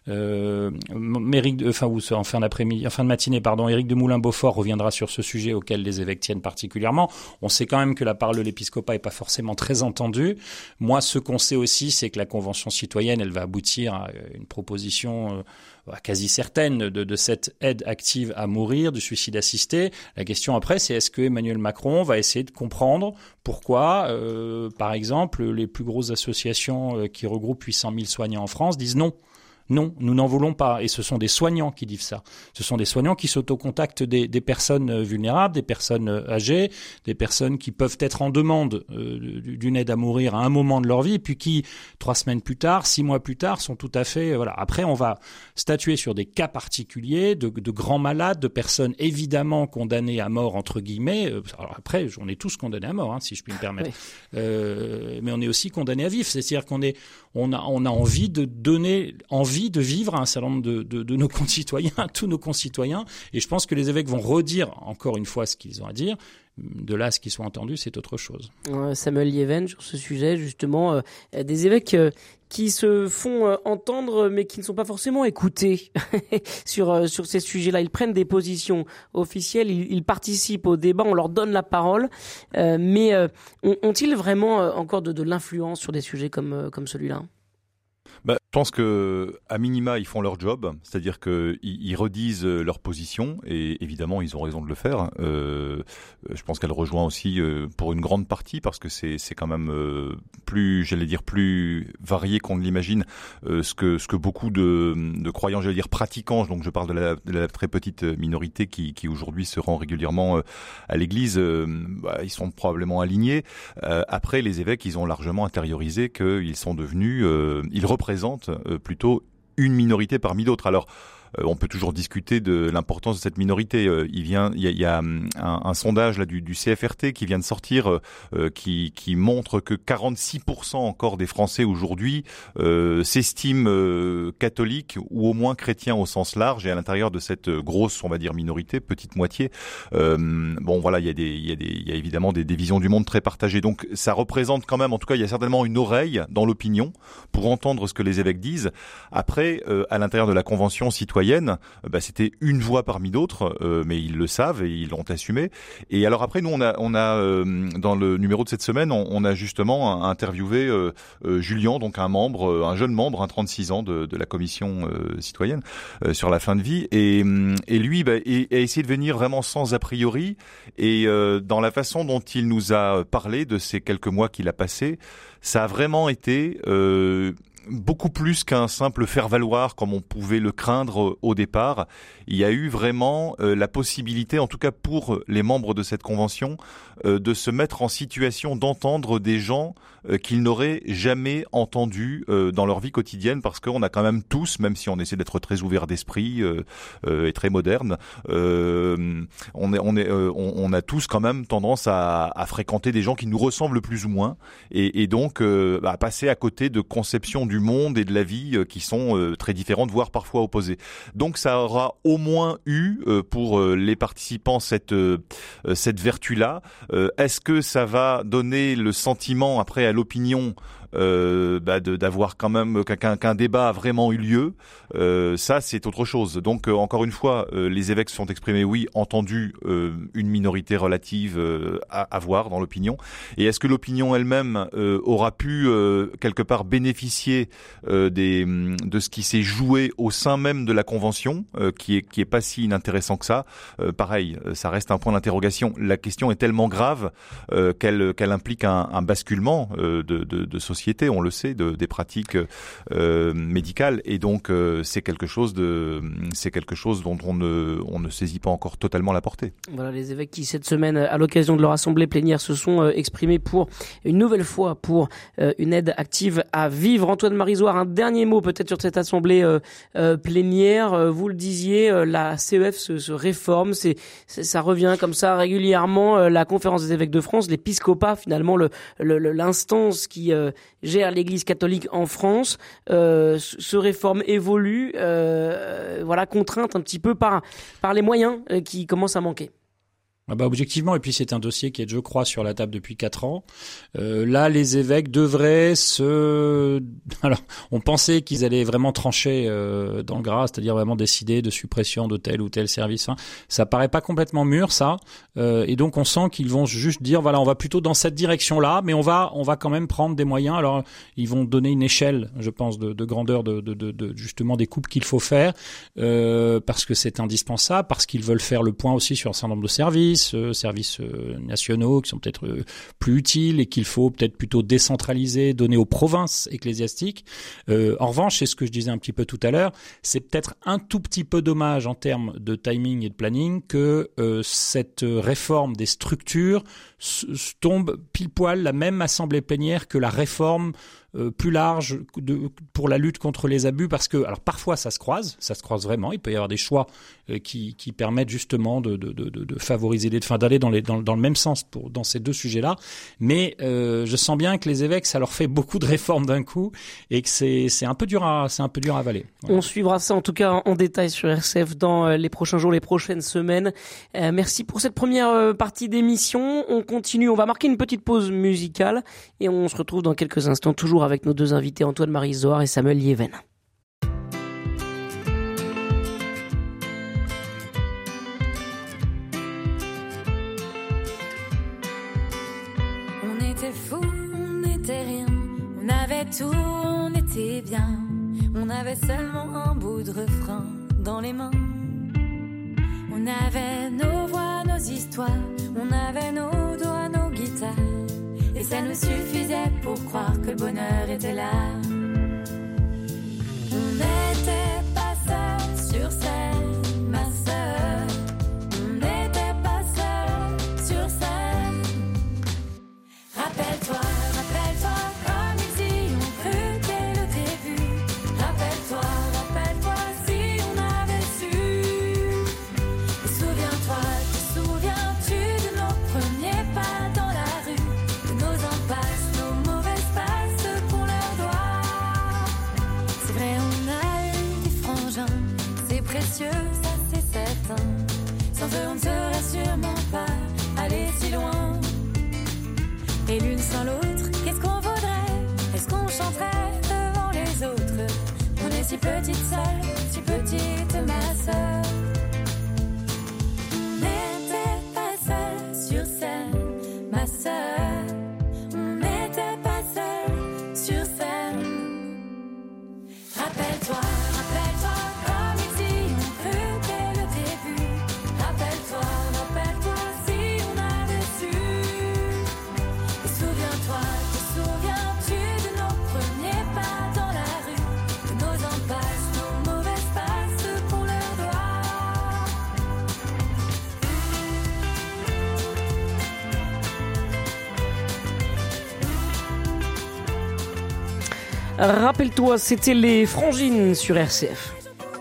Euh, Éric, enfin, ou en fin d'après-midi, en fin de matinée, pardon, Éric de Moulin-Beaufort reviendra sur ce sujet auquel les évêques tiennent particulièrement. On sait quand même que la parole de l'épiscopat est pas forcément très entendue. Moi, ce qu'on sait aussi, c'est que la Convention citoyenne, elle va aboutir à une proposition euh, quasi certaine de, de cette aide active à mourir, du suicide assisté. La question après, c'est est-ce que Emmanuel Macron va essayer de comprendre pourquoi, euh, par exemple, les plus grosses associations euh, qui regroupent huit cent mille soignants en France disent non. Non, nous n'en voulons pas. Et ce sont des soignants qui disent ça. Ce sont des soignants qui s'autocontactent des, des personnes vulnérables, des personnes âgées, des personnes qui peuvent être en demande euh, d'une aide à mourir à un moment de leur vie, et puis qui, trois semaines plus tard, six mois plus tard, sont tout à fait... Euh, voilà. Après, on va statuer sur des cas particuliers de, de grands malades, de personnes évidemment condamnées à mort, entre guillemets. Alors après, on est tous condamnés à mort, hein, si je puis me permettre. Oui. Euh, mais on est aussi condamnés à vivre. C'est-à-dire qu'on est, on a, on a envie de donner... envie de vivre à un certain nombre de, de, de nos concitoyens, à tous nos concitoyens. Et je pense que les évêques vont redire encore une fois ce qu'ils ont à dire. De là à ce qu'ils soient entendus, c'est autre chose. Euh, Samuel Lieven, sur ce sujet, justement, euh, des évêques euh, qui se font euh, entendre, mais qui ne sont pas forcément écoutés sur euh, sur ces sujets-là. Ils prennent des positions officielles, ils, ils participent au débat, on leur donne la parole, euh, mais euh, ont, ont-ils vraiment euh, encore de, de l'influence sur des sujets comme euh, comme celui-là ? Bah, je pense que à minima ils font leur job, c'est-à-dire que ils, ils redisent leur position et évidemment ils ont raison de le faire. Euh, je pense qu'elle rejoint aussi euh, pour une grande partie parce que c'est c'est quand même euh, plus, j'allais dire plus varié qu'on ne l'imagine. Euh, ce que ce que beaucoup de, de croyants, j'allais dire pratiquants, donc je parle de la, de la très petite minorité qui qui aujourd'hui se rend régulièrement euh, à l'église, euh, bah, ils sont probablement alignés. Euh, après les évêques, ils ont largement intériorisé qu'ils sont devenus, euh, ils représentent plutôt une minorité parmi d'autres. Alors, euh, on peut toujours discuter de l'importance de cette minorité. Euh, il vient, il y a, il y a un, un sondage là du, du C F R T qui vient de sortir, euh, qui, qui montre que quarante-six pour cent encore des Français aujourd'hui euh, s'estiment euh, catholiques ou au moins chrétiens au sens large. Et à l'intérieur de cette grosse, on va dire minorité, petite moitié, euh, bon voilà, il y a des, il y a des, il y a évidemment des, des visions du monde très partagées. Donc ça représente quand même, en tout cas, il y a certainement une oreille dans l'opinion pour entendre ce que les évêques disent. Après, euh, à l'intérieur de la Convention citoyenne, bah, c'était une voix parmi d'autres, euh, mais ils le savent et ils l'ont assumé. Et alors après, nous, on a, on a euh, dans le numéro de cette semaine, on, on a justement interviewé euh, euh, Julien, donc un membre, un jeune membre, un trente-six ans de, de la Commission euh, citoyenne euh, sur la fin de vie. Et, et lui, bah, a essayé de venir vraiment sans a priori. Et euh, dans la façon dont il nous a parlé de ces quelques mois qu'il a passés, ça a vraiment été... Euh, beaucoup plus qu'un simple faire-valoir comme on pouvait le craindre au départ. Il y a eu vraiment euh, la possibilité, en tout cas pour les membres de cette convention, euh, de se mettre en situation d'entendre des gens euh, qu'ils n'auraient jamais entendus euh, dans leur vie quotidienne, parce qu'on a quand même tous, même si on essaie d'être très ouvert d'esprit euh, euh, et très moderne, euh, on, est, on, est, euh, on, on a tous quand même tendance à, à fréquenter des gens qui nous ressemblent plus ou moins, et, et donc euh, à passer à côté de conceptions du monde et de la vie euh, qui sont euh, très différentes, voire parfois opposées. Donc ça aura au moins eu euh, pour euh, les participants cette euh, cette vertu-là. Euh, est-ce que ça va donner le sentiment après à l'opinion euh, bah de, d'avoir quand même qu'un, qu'un débat a vraiment eu lieu? euh, Ça, c'est autre chose. Donc euh, encore une fois, euh, les évêques se sont exprimés, oui, entendu euh, une minorité relative euh, à avoir dans l'opinion. Et est-ce que l'opinion elle-même euh, aura pu euh, quelque part bénéficier euh, des, de ce qui s'est joué au sein même de la Convention, euh, qui est qui est pas si inintéressant que ça? euh, Pareil, ça reste un point d'interrogation. La question est tellement grave euh, qu'elle qu'elle implique un, un basculement euh, de, de, de société, on le sait, de, des pratiques euh, médicales, et donc euh, c'est quelque chose de c'est quelque chose dont on ne on ne saisit pas encore totalement la portée. Voilà, les évêques qui cette semaine, à l'occasion de leur assemblée plénière, se sont euh, exprimés pour une nouvelle fois pour euh, une aide active à vivre. Antoine Marisoire, un dernier mot peut-être sur cette assemblée euh, euh, plénière. Euh, vous le disiez, euh, la C E F se, se réforme, c'est, c'est ça revient comme ça régulièrement. Euh, la Conférence des évêques de France, l'épiscopat, finalement le, le, le l'instance qui euh, gère l'Église catholique en France, euh, se réforme, évolue, euh, voilà, contrainte un petit peu par par les moyens euh, qui commencent à manquer. Ah bah objectivement, et puis c'est un dossier qui est, je crois, sur la table depuis quatre ans. Euh, là, les évêques devraient se... Alors, on pensait qu'ils allaient vraiment trancher euh, dans le gras, c'est-à-dire vraiment décider de suppression de tel ou tel service. Hein. Ça paraît pas complètement mûr, ça. Euh, et donc, on sent qu'ils vont juste dire, voilà, on va plutôt dans cette direction-là, mais on va, on va quand même prendre des moyens. Alors, ils vont donner une échelle, je pense, de, de grandeur de, de, de, de justement des coupes qu'il faut faire, euh, parce que c'est indispensable, parce qu'ils veulent faire le point aussi sur un certain nombre de services. Euh, services euh, nationaux qui sont peut-être euh, plus utiles et qu'il faut peut-être plutôt décentraliser, donner aux provinces ecclésiastiques. Euh, en revanche, c'est ce que je disais un petit peu tout à l'heure, c'est peut-être un tout petit peu dommage en termes de timing et de planning que euh, cette réforme des structures s- s- tombe pile poil la même assemblée plénière que la réforme Euh, plus large de, pour la lutte contre les abus, parce que alors parfois ça se croise, ça se croise vraiment. Il peut y avoir des choix euh, qui, qui permettent justement de, de, de, de favoriser les, enfin d'aller dans, les, dans, dans le même sens pour dans ces deux sujets-là. Mais euh, je sens bien que les évêques, ça leur fait beaucoup de réformes d'un coup et que c'est c'est un peu dur à c'est un peu dur à avaler. Voilà. On suivra ça en tout cas en détail sur R C F dans les prochains jours, les prochaines semaines. Euh, merci pour cette première partie d'émission. On continue, on va marquer une petite pause musicale et on se retrouve dans quelques instants toujours avec nos deux invités Antoine-Marie Zohar et Samuel Lieven. On était fous, on n'était rien, on avait tout, on était bien, on avait seulement un bout de refrain dans les mains. On avait nos voix, nos histoires, on avait nos doigts, nos guitares. Et ça nous suffisait pour croire que le bonheur était là. On n'était pas seuls sur scène, ma sœur. On n'était pas seuls sur scène. Rappelle-toi, rappelle-toi comme ils y ont cru dès le début. Rappelle-toi, rappelle-toi si on avait su. Et souviens-toi, te souviens-tu de nos premiers pas dans la rue? Nos impasses, nos mauvaises passes qu'on leur doit. C'est vrai, on a eu des frangins, c'est précieux, ça c'est certain. Sans eux, on ne serait sûrement pas allé si loin. Et l'une sans l'autre, qu'est-ce qu'on vaudrait? Est-ce qu'on chanterait devant les autres? On est si petite seule, si petite ma sœur. On n'était pas seul sur scène, ma sœur. Rappelle-toi, rappelle-toi comme ils y ont cru dès le début. Rappelle-toi, rappelle-toi si on avait su. Et souviens-toi, te souviens-tu de nos premiers pas dans la rue? De nos impasses, nos mauvaises passes qu'on leur doit. Rappelle-toi, c'était les Frangines sur R C F.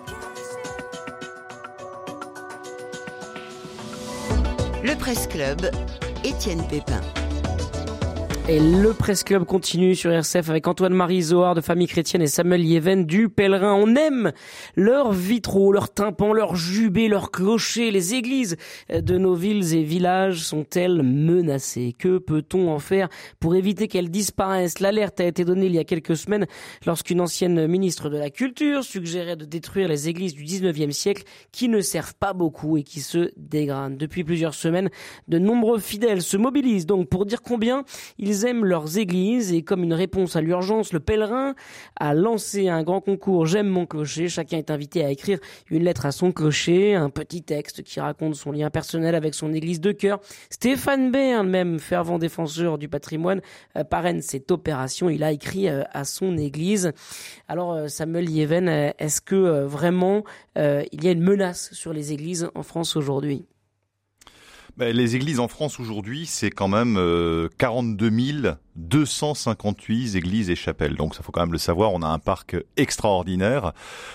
Le Presse Club, Étienne Pépin. Et le Presse Club continue sur R C F avec Antoine-Marie Zohar de Famille Chrétienne et Samuel Lieven du Pèlerin. On aime leurs vitraux, leurs tympans, leurs jubés, leurs clochers. Les églises de nos villes et villages sont-elles menacées? Que peut-on en faire pour éviter qu'elles disparaissent? L'alerte a été donnée il y a quelques semaines lorsqu'une ancienne ministre de la Culture suggérait de détruire les églises du dix-neuvième siècle qui ne servent pas beaucoup et qui se dégradent. Depuis plusieurs semaines, de nombreux fidèles se mobilisent donc pour dire combien ils aiment leurs églises et comme une réponse à l'urgence, le Pèlerin a lancé un grand concours J'aime mon clocher. Chacun est invité à écrire une lettre à son clocher, un petit texte qui raconte son lien personnel avec son église de cœur. Stéphane Bern, même fervent défenseur du patrimoine, euh, parraine cette opération. Il a écrit euh, à son église. Alors euh, Samuel Lieven, euh, est-ce que euh, vraiment euh, il y a une menace sur les églises en France aujourd'hui? Ben, les églises en France aujourd'hui, c'est quand même euh, quarante-deux mille deux cent cinquante-huit églises et chapelles. Donc ça faut quand même le savoir, on a un parc extraordinaire.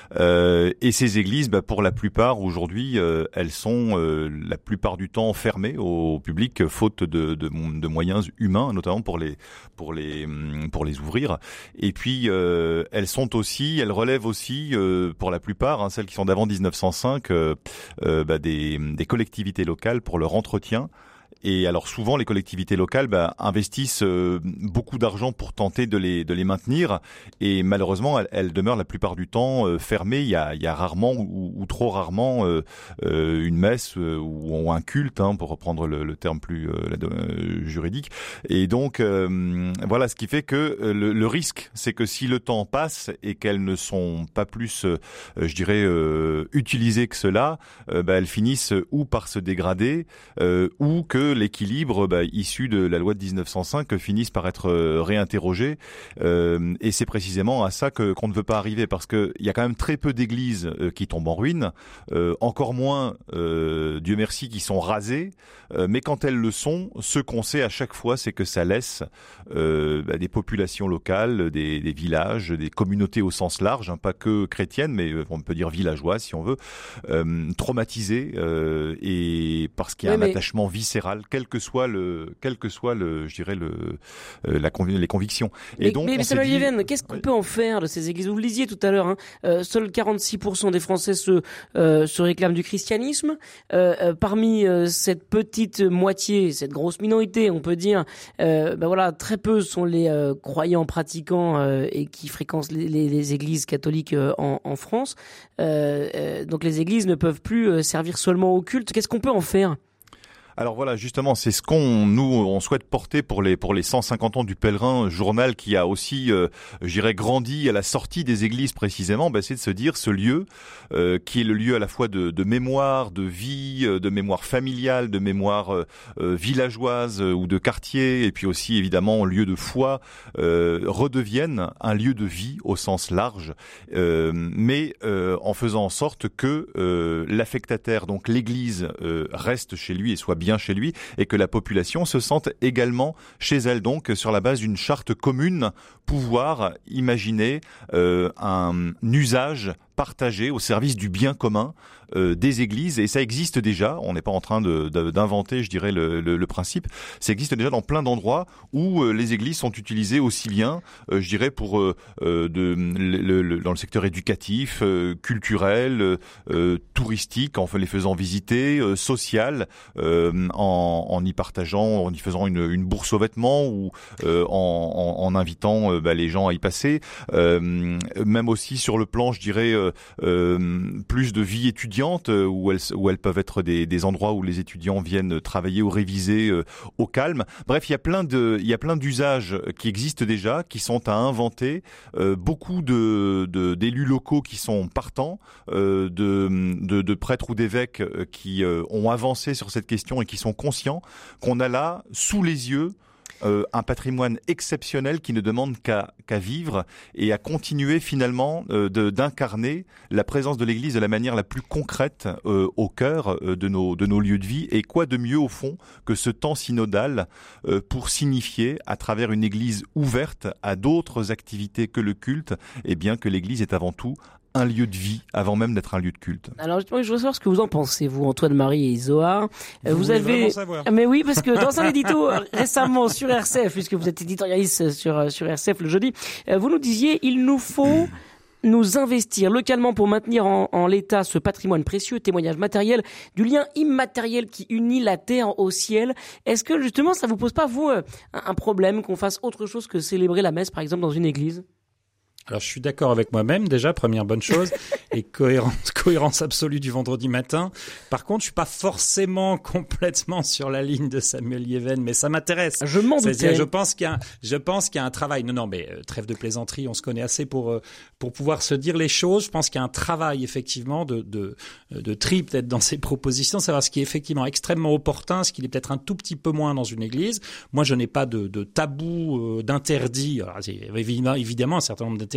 Euh, et ces églises, bah, pour la plupart aujourd'hui, euh, elles sont euh, la plupart du temps fermées au public, faute de, de, de moyens humains, notamment pour les pour les pour les ouvrir. Et puis euh, elles sont aussi, elles relèvent aussi, euh, pour la plupart, hein, celles qui sont d'avant dix-neuf cent cinq, euh, euh, bah, des, des collectivités locales pour leur entretien. Et alors souvent les collectivités locales bah, investissent euh, beaucoup d'argent pour tenter de les de les maintenir, et malheureusement elles, elles demeurent la plupart du temps euh, fermées. Il y a il y a rarement ou, ou trop rarement euh, euh, une messe euh, ou un culte, hein, pour reprendre le, le terme plus euh, euh, juridique. Et donc euh, voilà, ce qui fait que euh, le, le risque, c'est que si le temps passe et qu'elles ne sont pas plus, euh, je dirais, euh, utilisées que cela, euh, bah, elles finissent ou par se dégrader euh, ou que l'équilibre bah, issu de la loi de dix-neuf cent cinq finisse par être euh, réinterrogé, euh, et c'est précisément à ça que qu'on ne veut pas arriver, parce que il y a quand même très peu d'églises euh, qui tombent en ruine, euh, encore moins, euh, Dieu merci, qui sont rasées, euh, mais quand elles le sont, ce qu'on sait à chaque fois, c'est que ça laisse euh, bah, des populations locales, des, des villages, des communautés au sens large, hein, pas que chrétiennes, mais on peut dire villageoises si on veut, euh, traumatisées, euh, et parce qu'il y a oui, un mais... attachement viscéral, quel que soit le, quel que soit le, je dirais le, euh, la conv- les convictions. Et mais, donc, mais, on mais s'est Samuel dit... Yéven, qu'est-ce qu'on oui. peut en faire de ces églises? Vous le disiez tout à l'heure, hein, euh, seuls quarante-six pour cent des Français se, euh, se réclament du christianisme. Euh, euh, parmi euh, cette petite moitié, cette grosse minorité, on peut dire, euh, ben voilà, très peu sont les euh, croyants pratiquants euh, et qui fréquentent les, les, les églises catholiques euh, en, en France. Euh, euh, donc les églises ne peuvent plus euh, servir seulement au culte. Qu'est-ce qu'on peut en faire? Alors voilà, justement, c'est ce qu'on nous on souhaite porter pour les pour les cent cinquante ans du Pèlerin, journal qui a aussi, euh, je dirais, grandi à la sortie des églises précisément. Bah, c'est de se dire ce lieu euh, qui est le lieu à la fois de, de mémoire, de vie, de mémoire familiale, de mémoire euh, villageoise euh, ou de quartier, et puis aussi évidemment lieu de foi, euh, redevienne un lieu de vie au sens large, euh, mais euh, en faisant en sorte que euh, l'affectataire, donc l'Église, euh, reste chez lui et soit bien chez lui, et que la population se sente également chez elle. Donc, sur la base d'une charte commune, pouvoir imaginer euh, un usage partagé au service du bien commun euh, des églises, et ça existe déjà. On n'est pas en train de, de, d'inventer, je dirais, le, le, le principe. Ça existe déjà dans plein d'endroits où euh, les églises sont utilisées aussi bien, euh, je dirais, pour euh, de, le, le, dans le secteur éducatif, euh, culturel, euh, touristique, en les faisant visiter, euh, social, euh, en, en y partageant, en y faisant une, une bourse aux vêtements, ou euh, en, en, en invitant euh, bah, les gens à y passer. Euh, même aussi sur le plan, je dirais, euh, Euh, plus de vie étudiante, euh, où elles où elles peuvent être des, des endroits où les étudiants viennent travailler ou réviser euh, au calme. Bref, il y a plein de il y a plein d'usages qui existent déjà, qui sont à inventer. Euh, beaucoup de, de d'élus locaux qui sont partants, euh, de, de de prêtres ou d'évêques qui euh, ont avancé sur cette question et qui sont conscients qu'on a là sous les yeux Euh, un patrimoine exceptionnel qui ne demande qu'à qu'à vivre et à continuer finalement euh, de, d'incarner la présence de l'Église de la manière la plus concrète euh, au cœur euh, de nos de nos lieux de vie. Et quoi de mieux au fond que ce temps synodal euh, pour signifier à travers une Église ouverte à d'autres activités que le culte, et bien que l'Église est avant tout un lieu de vie avant même d'être un lieu de culte. Alors, je voudrais savoir ce que vous en pensez, vous, Antoine-Marie et Zohar. Vous, vous voulez avez, vraiment savoir. mais oui, parce que dans un édito récemment sur R C F, puisque vous êtes éditorialiste sur sur R C F le jeudi, vous nous disiez il nous faut nous investir localement pour maintenir en, en l'état ce patrimoine précieux, témoignage matériel du lien immatériel qui unit la terre au ciel. Est-ce que justement ça vous pose pas vous un problème qu'on fasse autre chose que célébrer la messe, par exemple, dans une église? Alors, je suis d'accord avec moi-même, déjà, première bonne chose, et cohérence, cohérence absolue du vendredi matin. Par contre, je suis pas forcément complètement sur la ligne de Samuel Yéven, mais ça m'intéresse. Je m'en doutais. Je pense qu'il y a, un, je pense qu'il y a un travail. Non, non, mais euh, trêve de plaisanterie, on se connaît assez pour euh, pour pouvoir se dire les choses. Je pense qu'il y a un travail, effectivement, de de de tri peut-être dans ces propositions, savoir ce qui est effectivement extrêmement opportun, ce qui est peut-être un tout petit peu moins dans une église. Moi, je n'ai pas de, de tabou, euh, d'interdit. Alors, c'est évidemment, évidemment, un certain nombre d'interdits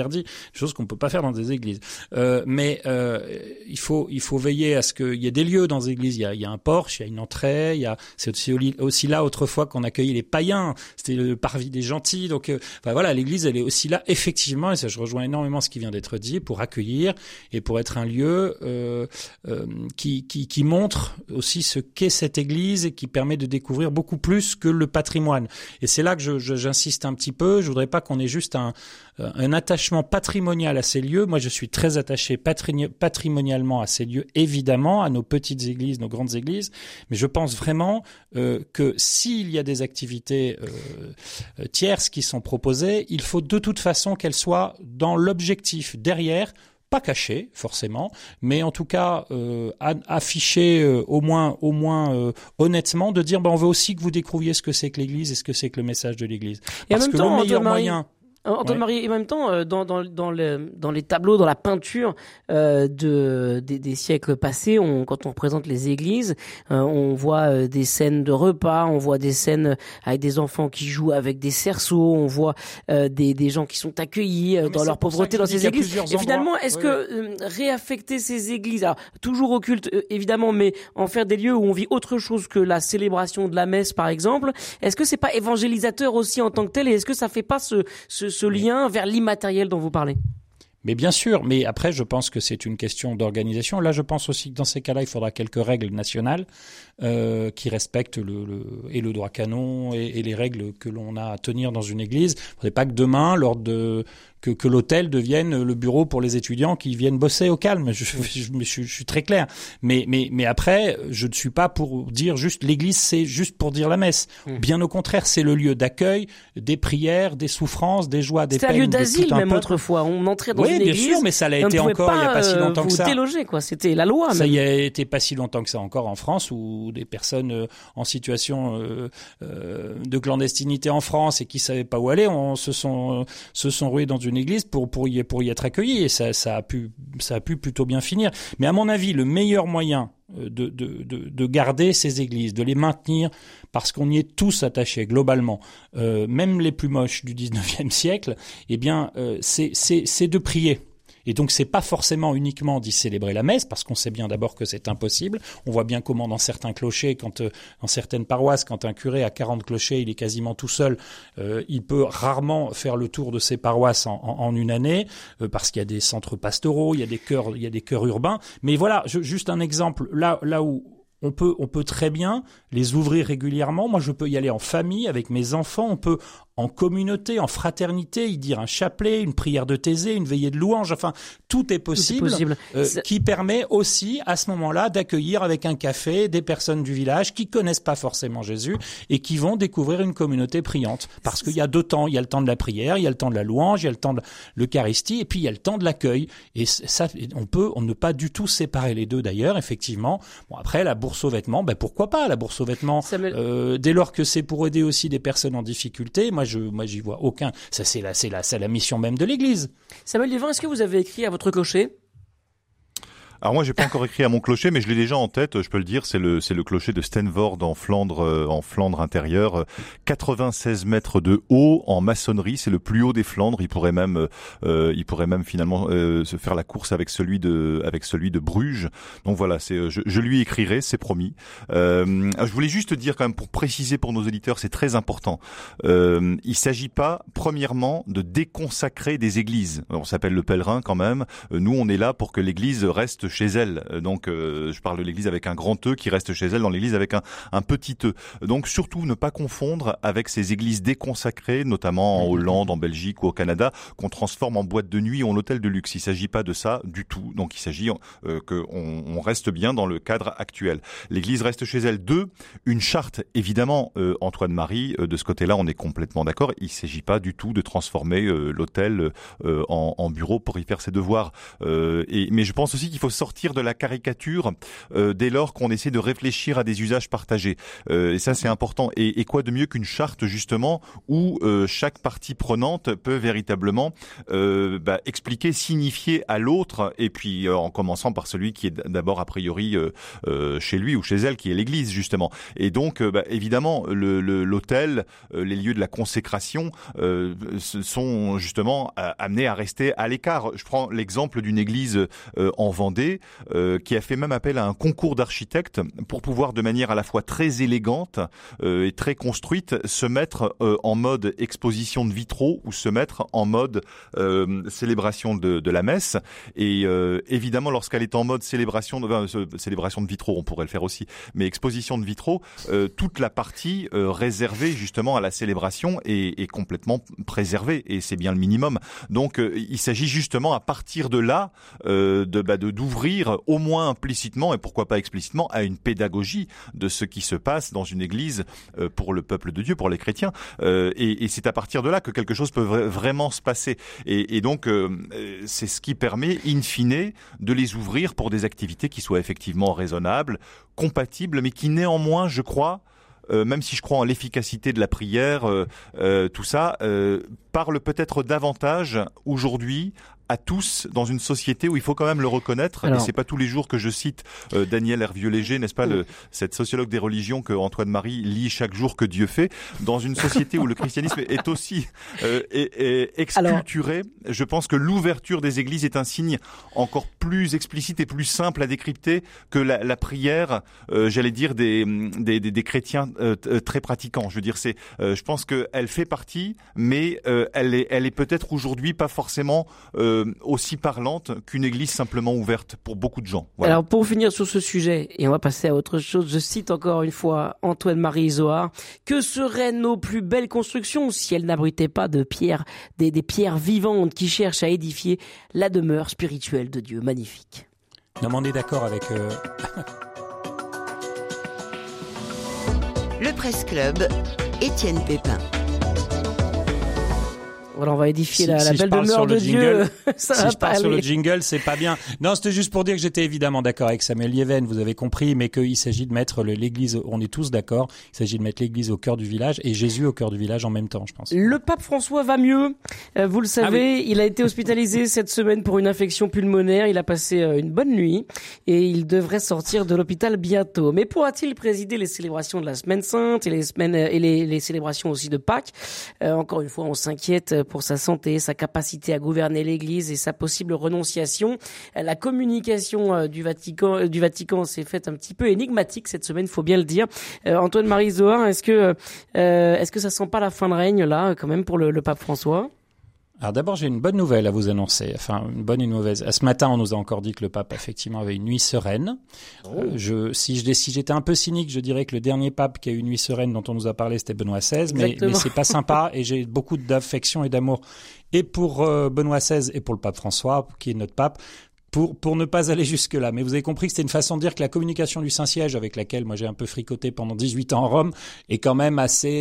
interdit, des choses qu'on peut pas faire dans des églises. Euh, mais euh, il faut il faut veiller à ce qu'il y ait des lieux dans les églises. Il y a, il y a un porche, il y a une entrée, il y a c'est aussi, aussi là autrefois qu'on accueillait les païens. C'était le parvis des gentils. Donc euh, enfin, voilà, l'église elle est aussi là effectivement, et ça je rejoins énormément ce qui vient d'être dit, pour accueillir et pour être un lieu euh, euh, qui, qui qui montre aussi ce qu'est cette église et qui permet de découvrir beaucoup plus que le patrimoine. Et c'est là que je, je, j'insiste un petit peu. Je voudrais pas qu'on ait juste un, un attachement patrimonial à ces lieux. Moi, je suis très attaché patri- patrimonialement à ces lieux, évidemment, à nos petites églises, nos grandes églises. Mais je pense vraiment euh, que s'il y a des activités euh, tierces qui sont proposées, il faut de toute façon qu'elles soient dans l'objectif derrière, pas caché forcément, mais en tout cas euh, affiché euh, au moins, au moins euh, honnêtement, de dire ben, on veut aussi que vous découvriez ce que c'est que l'Église et ce que c'est que le message de l'Église. Et Parce en même que temps, le meilleur Antoine Marie... moyen... Antoine-Marie, ouais. Et en même temps, euh, dans, dans, dans, le, dans les tableaux, dans la peinture euh, de, des, des siècles passés, on, quand on représente les églises, euh, on voit euh, des scènes de repas, on voit des scènes avec des enfants qui jouent avec des cerceaux, on voit euh, des, des gens qui sont accueillis euh, dans leur pauvreté dans ces églises. Et finalement, est-ce oui, que oui. Euh, réaffecter ces églises, alors, toujours occultes euh, évidemment, mais en faire des lieux où on vit autre chose que la célébration de la messe, par exemple, est-ce que c'est pas évangélisateur aussi en tant que tel, et est-ce que ça fait pas ce, ce ce lien vers l'immatériel dont vous parlez? Mais bien sûr, mais après, je pense que c'est une question d'organisation. Là, je pense aussi que dans ces cas-là, il faudra quelques règles nationales euh, qui respectent le, le, et le droit canon et, et les règles que l'on a à tenir dans une église. Il ne faudrait pas que demain, lors de... Que, que l'hôtel devienne le bureau pour les étudiants qui viennent bosser au calme. Je, je, je, je, je suis très clair. Mais, mais, mais après, je ne suis pas pour dire juste l'église, c'est juste pour dire la messe. Mmh. Bien au contraire, c'est le lieu d'accueil, des prières, des souffrances, des joies, des peines. C'était un lieu d'asile un même peuple. Autrefois. On entrait dans oui, une église. Oui, bien sûr, mais ça l'a été encore il n'y a pas si longtemps vous que ça. Déloger, quoi. C'était la loi. Ça même. y a été pas si longtemps que ça encore en France, où des personnes euh, en situation euh, euh, de clandestinité en France et qui savaient pas où aller, on se sont euh, se sont rués dans une église pour pour y, pour y être accueillis, et ça, ça a pu, ça a pu plutôt bien finir. Mais à mon avis, le meilleur moyen de, de, de, de garder ces églises, de les maintenir, parce qu'on y est tous attachés globalement, euh, même les plus moches du dix-neuvième siècle, eh bien, euh, c'est, c'est, c'est de prier. Et donc, c'est pas forcément uniquement d'y célébrer la messe, parce qu'on sait bien d'abord que c'est impossible. On voit bien comment dans certains clochers, quand euh, dans certaines paroisses, quand un curé a quarante clochers, il est quasiment tout seul. Euh, il peut rarement faire le tour de ses paroisses en, en, en une année, euh, parce qu'il y a des centres pastoraux, il y a des chœurs, il y a des chœurs urbains. Mais voilà, je, juste un exemple là, là où on peut, on peut très bien les ouvrir régulièrement. Moi, je peux y aller en famille avec mes enfants. On peut en communauté, en fraternité, y dire un chapelet, une prière de Thésée, une veillée de louange, enfin, tout est possible, tout est possible. Euh, qui permet aussi, à ce moment-là, d'accueillir avec un café des personnes du village qui connaissent pas forcément Jésus et qui vont découvrir une communauté priante. Parce qu'il y a deux temps, il y a le temps de la prière, il y a le temps de la louange, il y a le temps de l'Eucharistie, et puis il y a le temps de l'accueil. Et ça, on peut, on ne pas du tout séparer les deux d'ailleurs, effectivement. Bon, après, la bourse aux vêtements, ben pourquoi pas la bourse aux vêtements, Samuel... euh, dès lors que c'est pour aider aussi des personnes en difficulté. Moi, je, moi, j'y vois aucun. Ça, c'est la, c'est la, c'est la mission même de l'Église. Samuel Lévin, est-ce que vous avez écrit à votre clocher? Alors moi, j'ai pas encore écrit à mon clocher, mais je l'ai déjà en tête. Je peux le dire, c'est le c'est le clocher de Steenvoorde en Flandre, euh, en Flandre intérieure, quatre-vingt-seize mètres de haut en maçonnerie. C'est le plus haut des Flandres. Il pourrait même, euh, il pourrait même finalement euh, se faire la course avec celui de avec celui de Bruges. Donc voilà, c'est je, je lui écrirai, c'est promis. Euh, je voulais juste dire quand même pour préciser pour nos auditeurs, c'est très important. Euh, il s'agit pas, premièrement, de déconsacrer des églises. On s'appelle le pèlerin quand même. Nous, on est là pour que l'église reste chez elle. Donc, euh, je parle de l'église avec un grand E qui reste chez elle, dans l'église avec un, un petit E. Donc, surtout, ne pas confondre avec ces églises déconsacrées, notamment en Hollande, en Belgique ou au Canada, qu'on transforme en boîte de nuit ou en hôtel de luxe. Il s'agit pas de ça du tout. Donc, il s'agit euh, qu'on on reste bien dans le cadre actuel. L'église reste chez elle. Deux, une charte. Évidemment, euh, Antoine-Marie, euh, de ce côté-là, on est complètement d'accord. Il s'agit pas du tout de transformer euh, l'hôtel euh, en, en bureau pour y faire ses devoirs. Euh, et, mais je pense aussi qu'il faut sortir de la caricature euh, dès lors qu'on essaie de réfléchir à des usages partagés. Euh, et ça, c'est important. Et, et quoi de mieux qu'une charte, justement, où euh, chaque partie prenante peut véritablement euh, bah, expliquer, signifier à l'autre, et puis euh, en commençant par celui qui est d'abord a priori euh, euh, chez lui ou chez elle, qui est l'Église, justement. Et donc, euh, bah, évidemment, le, le, l'autel, euh, les lieux de la consécration euh, sont justement euh, amenés à rester à l'écart. Je prends l'exemple d'une église euh, en Vendée euh, qui a fait même appel à un concours d'architectes pour pouvoir de manière à la fois très élégante euh, et très construite se mettre euh, en mode exposition de vitraux ou se mettre en mode euh, célébration de, de la messe. Et euh, évidemment, lorsqu'elle est en mode célébration de, euh, célébration de vitraux, on pourrait le faire aussi, mais exposition de vitraux, euh, toute la partie euh, réservée justement à la célébration est, est complètement préservée, et c'est bien le minimum. Donc euh, il s'agit justement à partir de là euh, de, bah, de d'ouvrir au moins implicitement et pourquoi pas explicitement à une pédagogie de ce qui se passe dans une église euh, pour le peuple de Dieu, pour les chrétiens. Euh, et, et c'est à partir de là que quelque chose peut vra- vraiment se passer. Et, et donc euh, c'est ce qui permet in fine de les ouvrir pour des activités qui soient effectivement raisonnables, compatibles, mais qui néanmoins, je crois, Euh, même si je crois en l'efficacité de la prière, euh, euh, tout ça euh, parle peut-être davantage aujourd'hui à tous dans une société où il faut quand même le reconnaître. Alors, et c'est pas tous les jours que je cite euh, Daniel Hervieux-Léger, n'est-ce pas, le, cette sociologue des religions que Antoine Marie lit chaque jour que Dieu fait. Dans une société où le christianisme est aussi euh, est, est exculturé, alors, je pense que l'ouverture des églises est un signe encore plus explicite et plus simple à décrypter que la, la prière, euh, j'allais dire, des, des, des, des chrétiens euh, très pratiquants. Je veux dire, c'est, euh, je pense qu'elle fait partie, mais euh, elle est, elle est peut-être aujourd'hui pas forcément euh, aussi parlante qu'une église simplement ouverte pour beaucoup de gens. Voilà. Alors pour finir sur ce sujet, et on va passer à autre chose, je cite encore une fois Antoine-Marie Zohar: que seraient nos plus belles constructions si elles n'abritaient pas de pierres, des, des pierres vivantes qui cherchent à édifier la demeure spirituelle de Dieu. Magnifique. Non, mais on est d'accord avec... Euh... Le Presse Club, Étienne Pépin. Voilà, on va édifier si, la, si la belle demeure de jingle, Dieu. Ça si va je pas pars sur aller. le jingle, c'est pas bien. Non, c'était juste pour dire que j'étais évidemment d'accord avec Samuel Lieven, vous avez compris, mais qu'il s'agit de mettre le, l'église, on est tous d'accord, il s'agit de mettre l'église au cœur du village et Jésus au cœur du village en même temps, je pense. Le pape François va mieux. Euh, vous le savez, ah oui. Il a été hospitalisé cette semaine pour une infection pulmonaire. Il a passé euh, une bonne nuit et il devrait sortir de l'hôpital bientôt. Mais pourra-t-il présider les célébrations de la Semaine Sainte et les semaines et les, les célébrations aussi de Pâques? euh, Encore une fois, on s'inquiète pour sa santé, sa capacité à gouverner l'Église et sa possible renonciation. La communication du Vatican, du Vatican s'est faite un petit peu énigmatique cette semaine, faut bien le dire. Euh, Antoine-Marie Zohar, est-ce que euh, est-ce que ça sent pas la fin de règne là, quand même, pour le, le pape François? Alors d'abord, j'ai une bonne nouvelle à vous annoncer, enfin une bonne et une mauvaise. Ce matin, on nous a encore dit que le pape effectivement avait une nuit sereine. Oh. Euh, je, si, je, si j'étais un peu cynique, je dirais que le dernier pape qui a eu une nuit sereine dont on nous a parlé, c'était Benoît seize, mais, mais c'est pas sympa et j'ai beaucoup d'affection et d'amour et pour euh, Benoît seize et pour le pape François, qui est notre pape. Pour, pour ne pas aller jusque-là. Mais vous avez compris que c'était une façon de dire que la communication du Saint-Siège, avec laquelle moi j'ai un peu fricoté pendant dix-huit ans en Rome, est quand même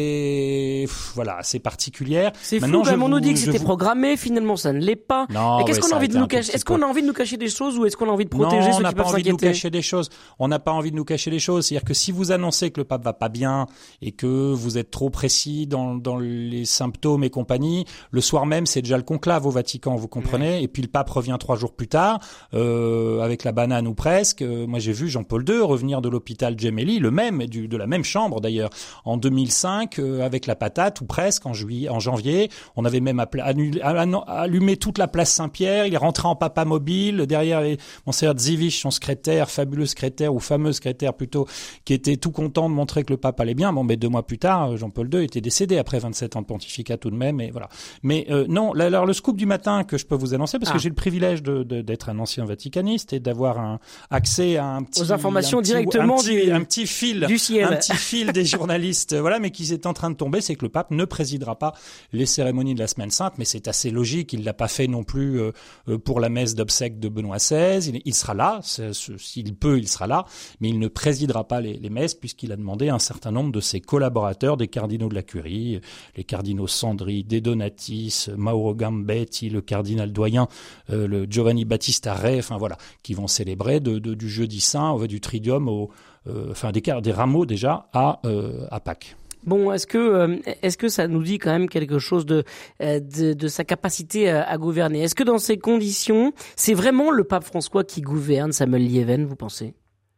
assez, pff, voilà, assez particulière. C'est Maintenant, fou, quand même, on nous dit que c'était vous... programmé, finalement ça ne l'est pas. Non, et qu'est-ce ouais, qu'on a envie de nous cacher? Est-ce qu'on a envie de nous cacher des choses ou est-ce qu'on a envie de protéger non, ceux qui peuvent s'inquiéter? on n'a pas envie de nous cacher des choses. On n'a pas envie de nous cacher des choses. C'est-à-dire que si vous annoncez que le pape va pas bien et que vous êtes trop précis dans, dans les symptômes et compagnie, le soir même, c'est déjà le conclave au Vatican, vous comprenez? Ouais. Et puis le pape revient trois jours plus tard, euh, avec la banane ou presque. Euh, moi, j'ai vu Jean-Paul deux revenir de l'hôpital Gemelli, le même, du, de la même chambre d'ailleurs, en deux mille cinq, euh, avec la patate ou presque en juillet, en janvier. On avait même appelé, annulé, allumé toute la place Saint-Pierre. Il est rentré en papa mobile. Derrière, les, Monseigneur Dzivich, son secrétaire, fabuleux secrétaire ou fameux secrétaire plutôt, qui était tout content de montrer que le pape allait bien. Bon, mais deux mois plus tard, Jean-Paul deux était décédé après vingt-sept ans de pontificat tout de même. Et voilà. Mais euh, non, alors le scoop du matin que je peux vous annoncer, parce ah. que j'ai le privilège de, de, d'être un ancien vaticaniste et d'avoir un accès à un petit, aux informations un petit, directement un petit, du, un petit fil, du ciel. un petit fil des journalistes, voilà, mais qui est en train de tomber, c'est que le pape ne présidera pas les cérémonies de la Semaine Sainte, mais c'est assez logique, il l'a pas fait non plus euh, pour la messe d'obsèques de Benoît seize, il, il sera là, s'il peut, il sera là, mais il ne présidera pas les, les messes puisqu'il a demandé à un certain nombre de ses collaborateurs, des cardinaux de la Curie, les cardinaux Sandri, De Donatis, Mauro Gambetti, le cardinal doyen, euh, le Giovanni Battista carré, enfin voilà, qui vont célébrer de, de, du jeudi saint, du triduum, au, euh, enfin des, des rameaux déjà à, euh, à Pâques. Bon, est-ce que euh, est-ce que ça nous dit quand même quelque chose de euh, de, de sa capacité à, à gouverner? Est-ce que dans ces conditions, c'est vraiment le pape François qui gouverne, Samuel Lieven, vous pensez?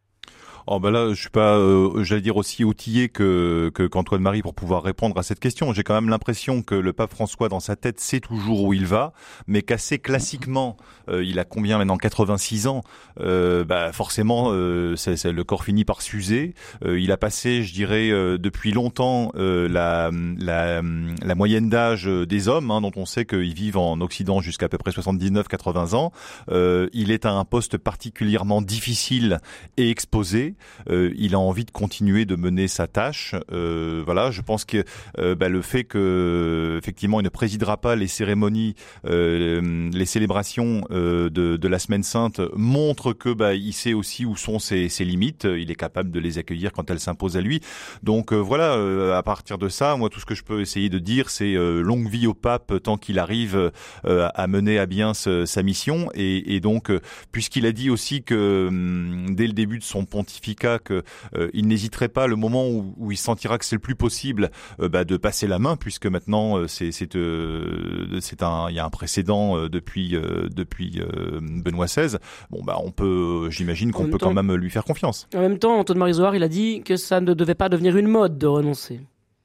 Oh ben là, je suis pas, euh, j'allais dire aussi outillé que que qu'Antoine Marie pour pouvoir répondre à cette question. J'ai quand même l'impression que le pape François, dans sa tête, sait toujours où il va, mais qu'assez classiquement, euh, il a combien maintenant, quatre-vingt-six ans, euh, bah forcément, euh, c'est, c'est, le corps finit par s'user. Euh, il a passé, je dirais, euh, depuis longtemps euh, la, la la moyenne d'âge des hommes, hein, dont on sait qu'ils vivent en Occident jusqu'à à peu près soixante-dix-neuf quatre-vingts ans. Euh, il est à un poste particulièrement difficile et exposé. Euh, il a envie de continuer de mener sa tâche. Euh, voilà, je pense que euh, bah, le fait que effectivement il ne présidera pas les cérémonies, euh, les célébrations euh, de, de la Semaine Sainte montre que bah, il sait aussi où sont ses, ses limites. Il est capable de les accueillir quand elles s'imposent à lui. Donc euh, voilà, euh, à partir de ça, moi tout ce que je peux essayer de dire, c'est euh, longue vie au pape tant qu'il arrive euh, à mener à bien ce, sa mission. Et, et donc, euh, puisqu'il a dit aussi que euh, dès le début de son pontificat que euh, il n'hésiterait pas le moment où, où il sentira que c'est le plus possible euh, bah, de passer la main, puisque maintenant euh, c'est c'est euh, c'est un il y a un précédent euh, depuis euh, depuis euh, Benoît seize. Bon bah on peut, j'imagine qu'on peut temps, quand même lui faire confiance. En même temps, Antoine Marie Zohar, il a dit que ça ne devait pas devenir une mode de renoncer.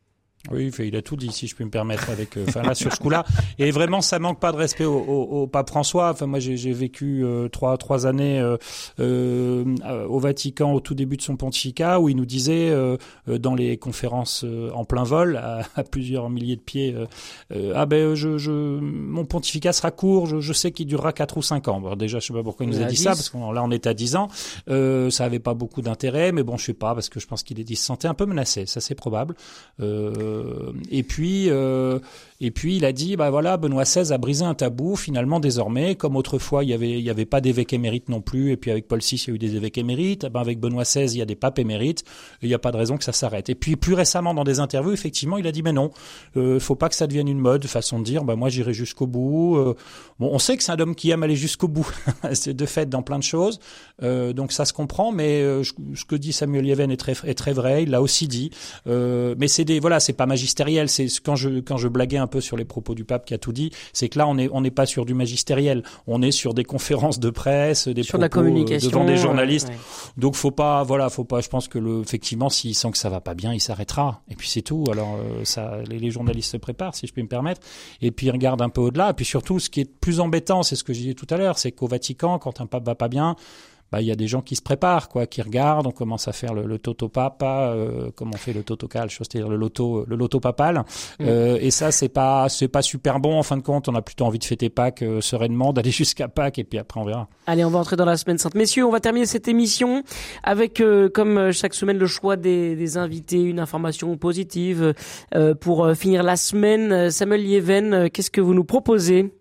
Oui, il a tout dit, si je puis me permettre, avec, enfin là sur ce coup-là. Et vraiment, ça manque pas de respect au, au, au pape François. Enfin, moi, j'ai, j'ai vécu euh, trois trois années euh, euh, au Vatican au tout début de son pontificat, où il nous disait euh, dans les conférences euh, en plein vol, à, à plusieurs milliers de pieds, euh, euh, ah ben, je, je, mon pontificat sera court. Je, je sais qu'il durera quatre ou cinq ans. Bon, déjà, je sais pas pourquoi il nous a dit ça, parce que là, on est à dix ans. Euh, ça avait pas beaucoup d'intérêt, mais bon, je sais pas, parce que je pense qu'il est, il se sentait un peu menacé. Ça, c'est probable. Euh, Et puis, euh, et puis il a dit, bah voilà, Benoît seize a brisé un tabou. Finalement, désormais, comme autrefois, il y avait, il y avait pas d'évêque émérite non plus. Et puis avec Paul six, il y a eu des évêques émérites. Ben avec Benoît seize, il y a des papes émérites. Et il n'y a pas de raison que ça s'arrête. Et puis plus récemment, dans des interviews, effectivement, il a dit, mais non, euh, faut pas que ça devienne une mode, façon de dire, bah moi j'irai jusqu'au bout. Euh, bon, on sait que c'est un homme qui aime aller jusqu'au bout, c'est de fait dans plein de choses. Euh, donc ça se comprend. Mais euh, ce que dit Samuel Lieven est très, est très vrai. Il l'a aussi dit. Euh, mais c'est des, voilà, c'est pas magistériel. C'est quand je quand je blaguais un peu sur les propos du pape qui a tout dit, c'est que là on est on n'est pas sur du magistériel, on est sur des conférences de presse, des sur propos la communication, devant des journalistes. Ouais. Donc faut pas voilà, faut pas. Je pense que le effectivement s'il sent que ça va pas bien, il s'arrêtera. Et puis c'est tout. Alors euh, ça, les, les journalistes se préparent, si je puis me permettre. Et puis ils regardent un peu au-delà. Et puis surtout, ce qui est plus embêtant, c'est ce que je disais tout à l'heure, c'est qu'au Vatican, quand un pape va pas bien, bah il y a des gens qui se préparent, quoi, qui regardent. On commence à faire le, le toto papa, euh, comme on fait le toto calcio, c'est-à-dire le loto, le loto papal. Mmh. Euh, et ça, c'est pas, c'est pas super bon. En fin de compte, on a plutôt envie de fêter Pâques euh, sereinement, d'aller jusqu'à Pâques, et puis après on verra. Allez, on va entrer dans la semaine sainte, messieurs. On va terminer cette émission avec, euh, comme chaque semaine, le choix des, des invités, une information positive euh, pour euh, finir la semaine. Samuel Lieven, euh, qu'est-ce que vous nous proposez?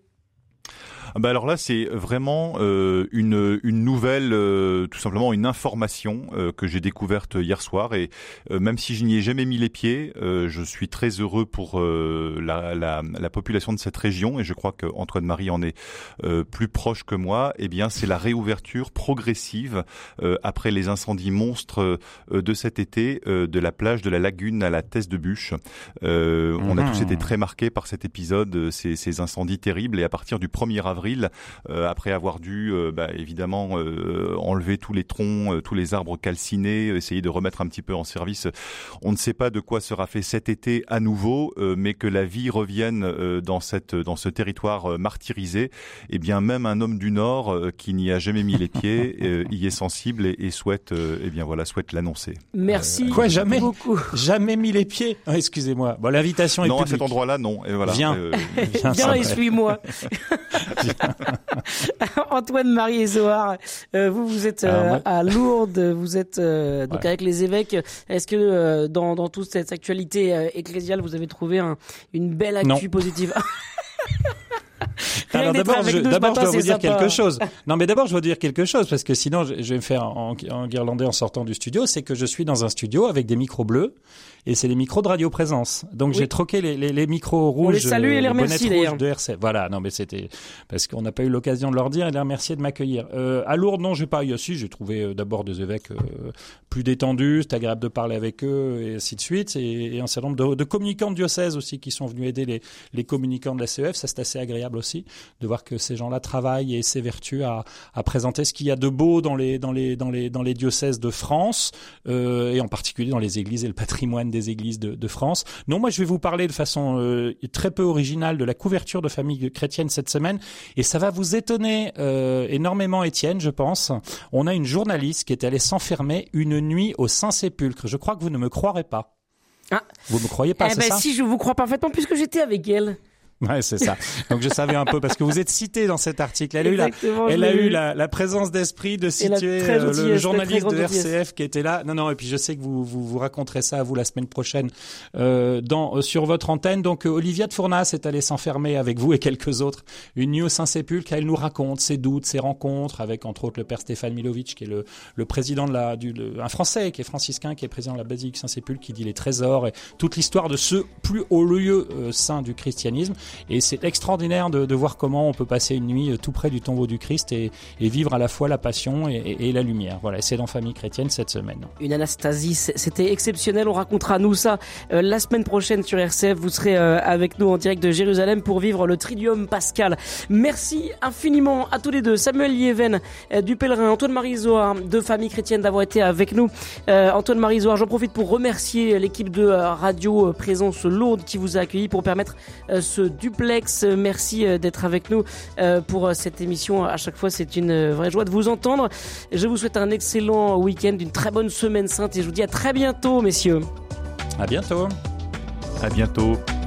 Bah alors là, c'est vraiment euh, une une nouvelle, euh, tout simplement une information euh, que j'ai découverte hier soir. Et euh, même si je n'y ai jamais mis les pieds, euh, je suis très heureux pour euh, la, la la population de cette région. Et je crois que Antoine Marie en est euh, plus proche que moi. Eh bien, c'est la réouverture progressive euh, après les incendies monstres euh, de cet été euh, de la plage de la Lagune à la Thèse de Bûche. Euh, mmh. On a tous été très marqués par cet épisode, ces, ces incendies terribles. Et à partir du premier avril, Euh, après avoir dû euh, bah, évidemment euh, enlever tous les troncs, euh, tous les arbres calcinés, essayer de remettre un petit peu en service. On ne sait pas de quoi sera fait cet été à nouveau, euh, mais que la vie revienne euh, dans cette dans ce territoire euh, martyrisé. Et bien même un homme du Nord euh, qui n'y a jamais mis les pieds euh, y est sensible et, et souhaite euh, et bien voilà souhaite l'annoncer. Merci. Euh, quoi jamais beaucoup. Jamais mis les pieds. Oh, excusez-moi. Bon, l'invitation est non publique. À cet endroit-là non. Et voilà. Viens. Euh, viens, viens et suis-moi. Antoine Marie Zohar, euh, vous vous êtes euh, moi... à Lourdes, vous êtes euh, donc ouais. avec les évêques. Est-ce que euh, dans dans toute cette actualité euh, ecclésiale, vous avez trouvé un, une belle actu non. positive? Alors d'abord, je, d'abord je dois vous dire sympa. quelque chose. Non, mais d'abord, je dois dire quelque chose parce que sinon, je, je vais me faire en, en guirlandais en sortant du studio. C'est que je suis dans un studio avec des micros bleus et c'est les micros de Radio Présence. Donc oui. j'ai troqué les, les, les micros rouges. On les salue et les remercie d'ailleurs. De R C F. Voilà, non mais c'était parce qu'on n'a pas eu l'occasion de leur dire et de les remercier de m'accueillir. Euh, à Lourdes, non, j'ai pas eu aussi. J'ai trouvé euh, d'abord des évêques euh, plus détendus, c'est agréable de parler avec eux et ainsi de suite. Et, et un certain nombre de, de communicants de diocèse aussi qui sont venus aider les, les communicants de la C E F. Ça c'est assez agréable aussi de voir que ces gens-là travaillent et s'évertuent à, à présenter ce qu'il y a de beau dans les dans les dans les dans les diocèses de France euh, et en particulier dans les églises et le patrimoine des églises de, de France. Non, moi je vais vous parler de façon euh, très peu originale de la couverture de famille chrétienne cette semaine et ça va vous étonner euh, énormément, Étienne, je pense. On a une journaliste qui est allée s'enfermer une nuit au Saint-Sépulcre. Je crois que vous ne me croirez pas. Ah. Vous me croyez pas, eh c'est ben ça? Si, je vous crois parfaitement puisque j'étais avec elle. Ouais, c'est ça. Donc je savais un peu parce que vous êtes cité dans cet article. Elle a eu la, elle a eu la, la présence d'esprit de situer euh, le journaliste de R C F qui était là. Non, non. Et puis je sais que vous vous, vous raconterez ça à vous la semaine prochaine euh, dans euh, sur votre antenne. Donc euh, Olivia de Fournas est allée s'enfermer avec vous et quelques autres une nuit au Saint-Sépulcre. Elle nous raconte ses doutes, ses rencontres avec entre autres le père Stéphane Milovic qui est le, le président de la, du, le, un Français qui est franciscain qui est président de la basilique Saint-Sépulcre qui dit les trésors et toute l'histoire de ce plus haut lieu euh, saint du christianisme. Et c'est extraordinaire de, de voir comment on peut passer une nuit tout près du tombeau du Christ et, et vivre à la fois la passion et, et, et la lumière. Voilà, c'est dans Famille Chrétienne cette semaine. Une Anastasie, c'était exceptionnel. On racontera nous ça euh, la semaine prochaine sur R C F. Vous serez euh, avec nous en direct de Jérusalem pour vivre le Triduum Pascal. Merci infiniment à tous les deux. Samuel Lieven euh, du Pèlerin, Antoine-Marie Zohar de Famille Chrétienne d'avoir été avec nous. Euh, Antoine-Marie Zohar, j'en profite pour remercier l'équipe de euh, Radio Présence Lourdes qui vous a accueilli pour permettre euh, ce duplex. Merci d'être avec nous pour cette émission. À chaque fois, c'est une vraie joie de vous entendre. Je vous souhaite un excellent week-end, une très bonne semaine sainte et je vous dis à très bientôt, messieurs. À bientôt. À bientôt.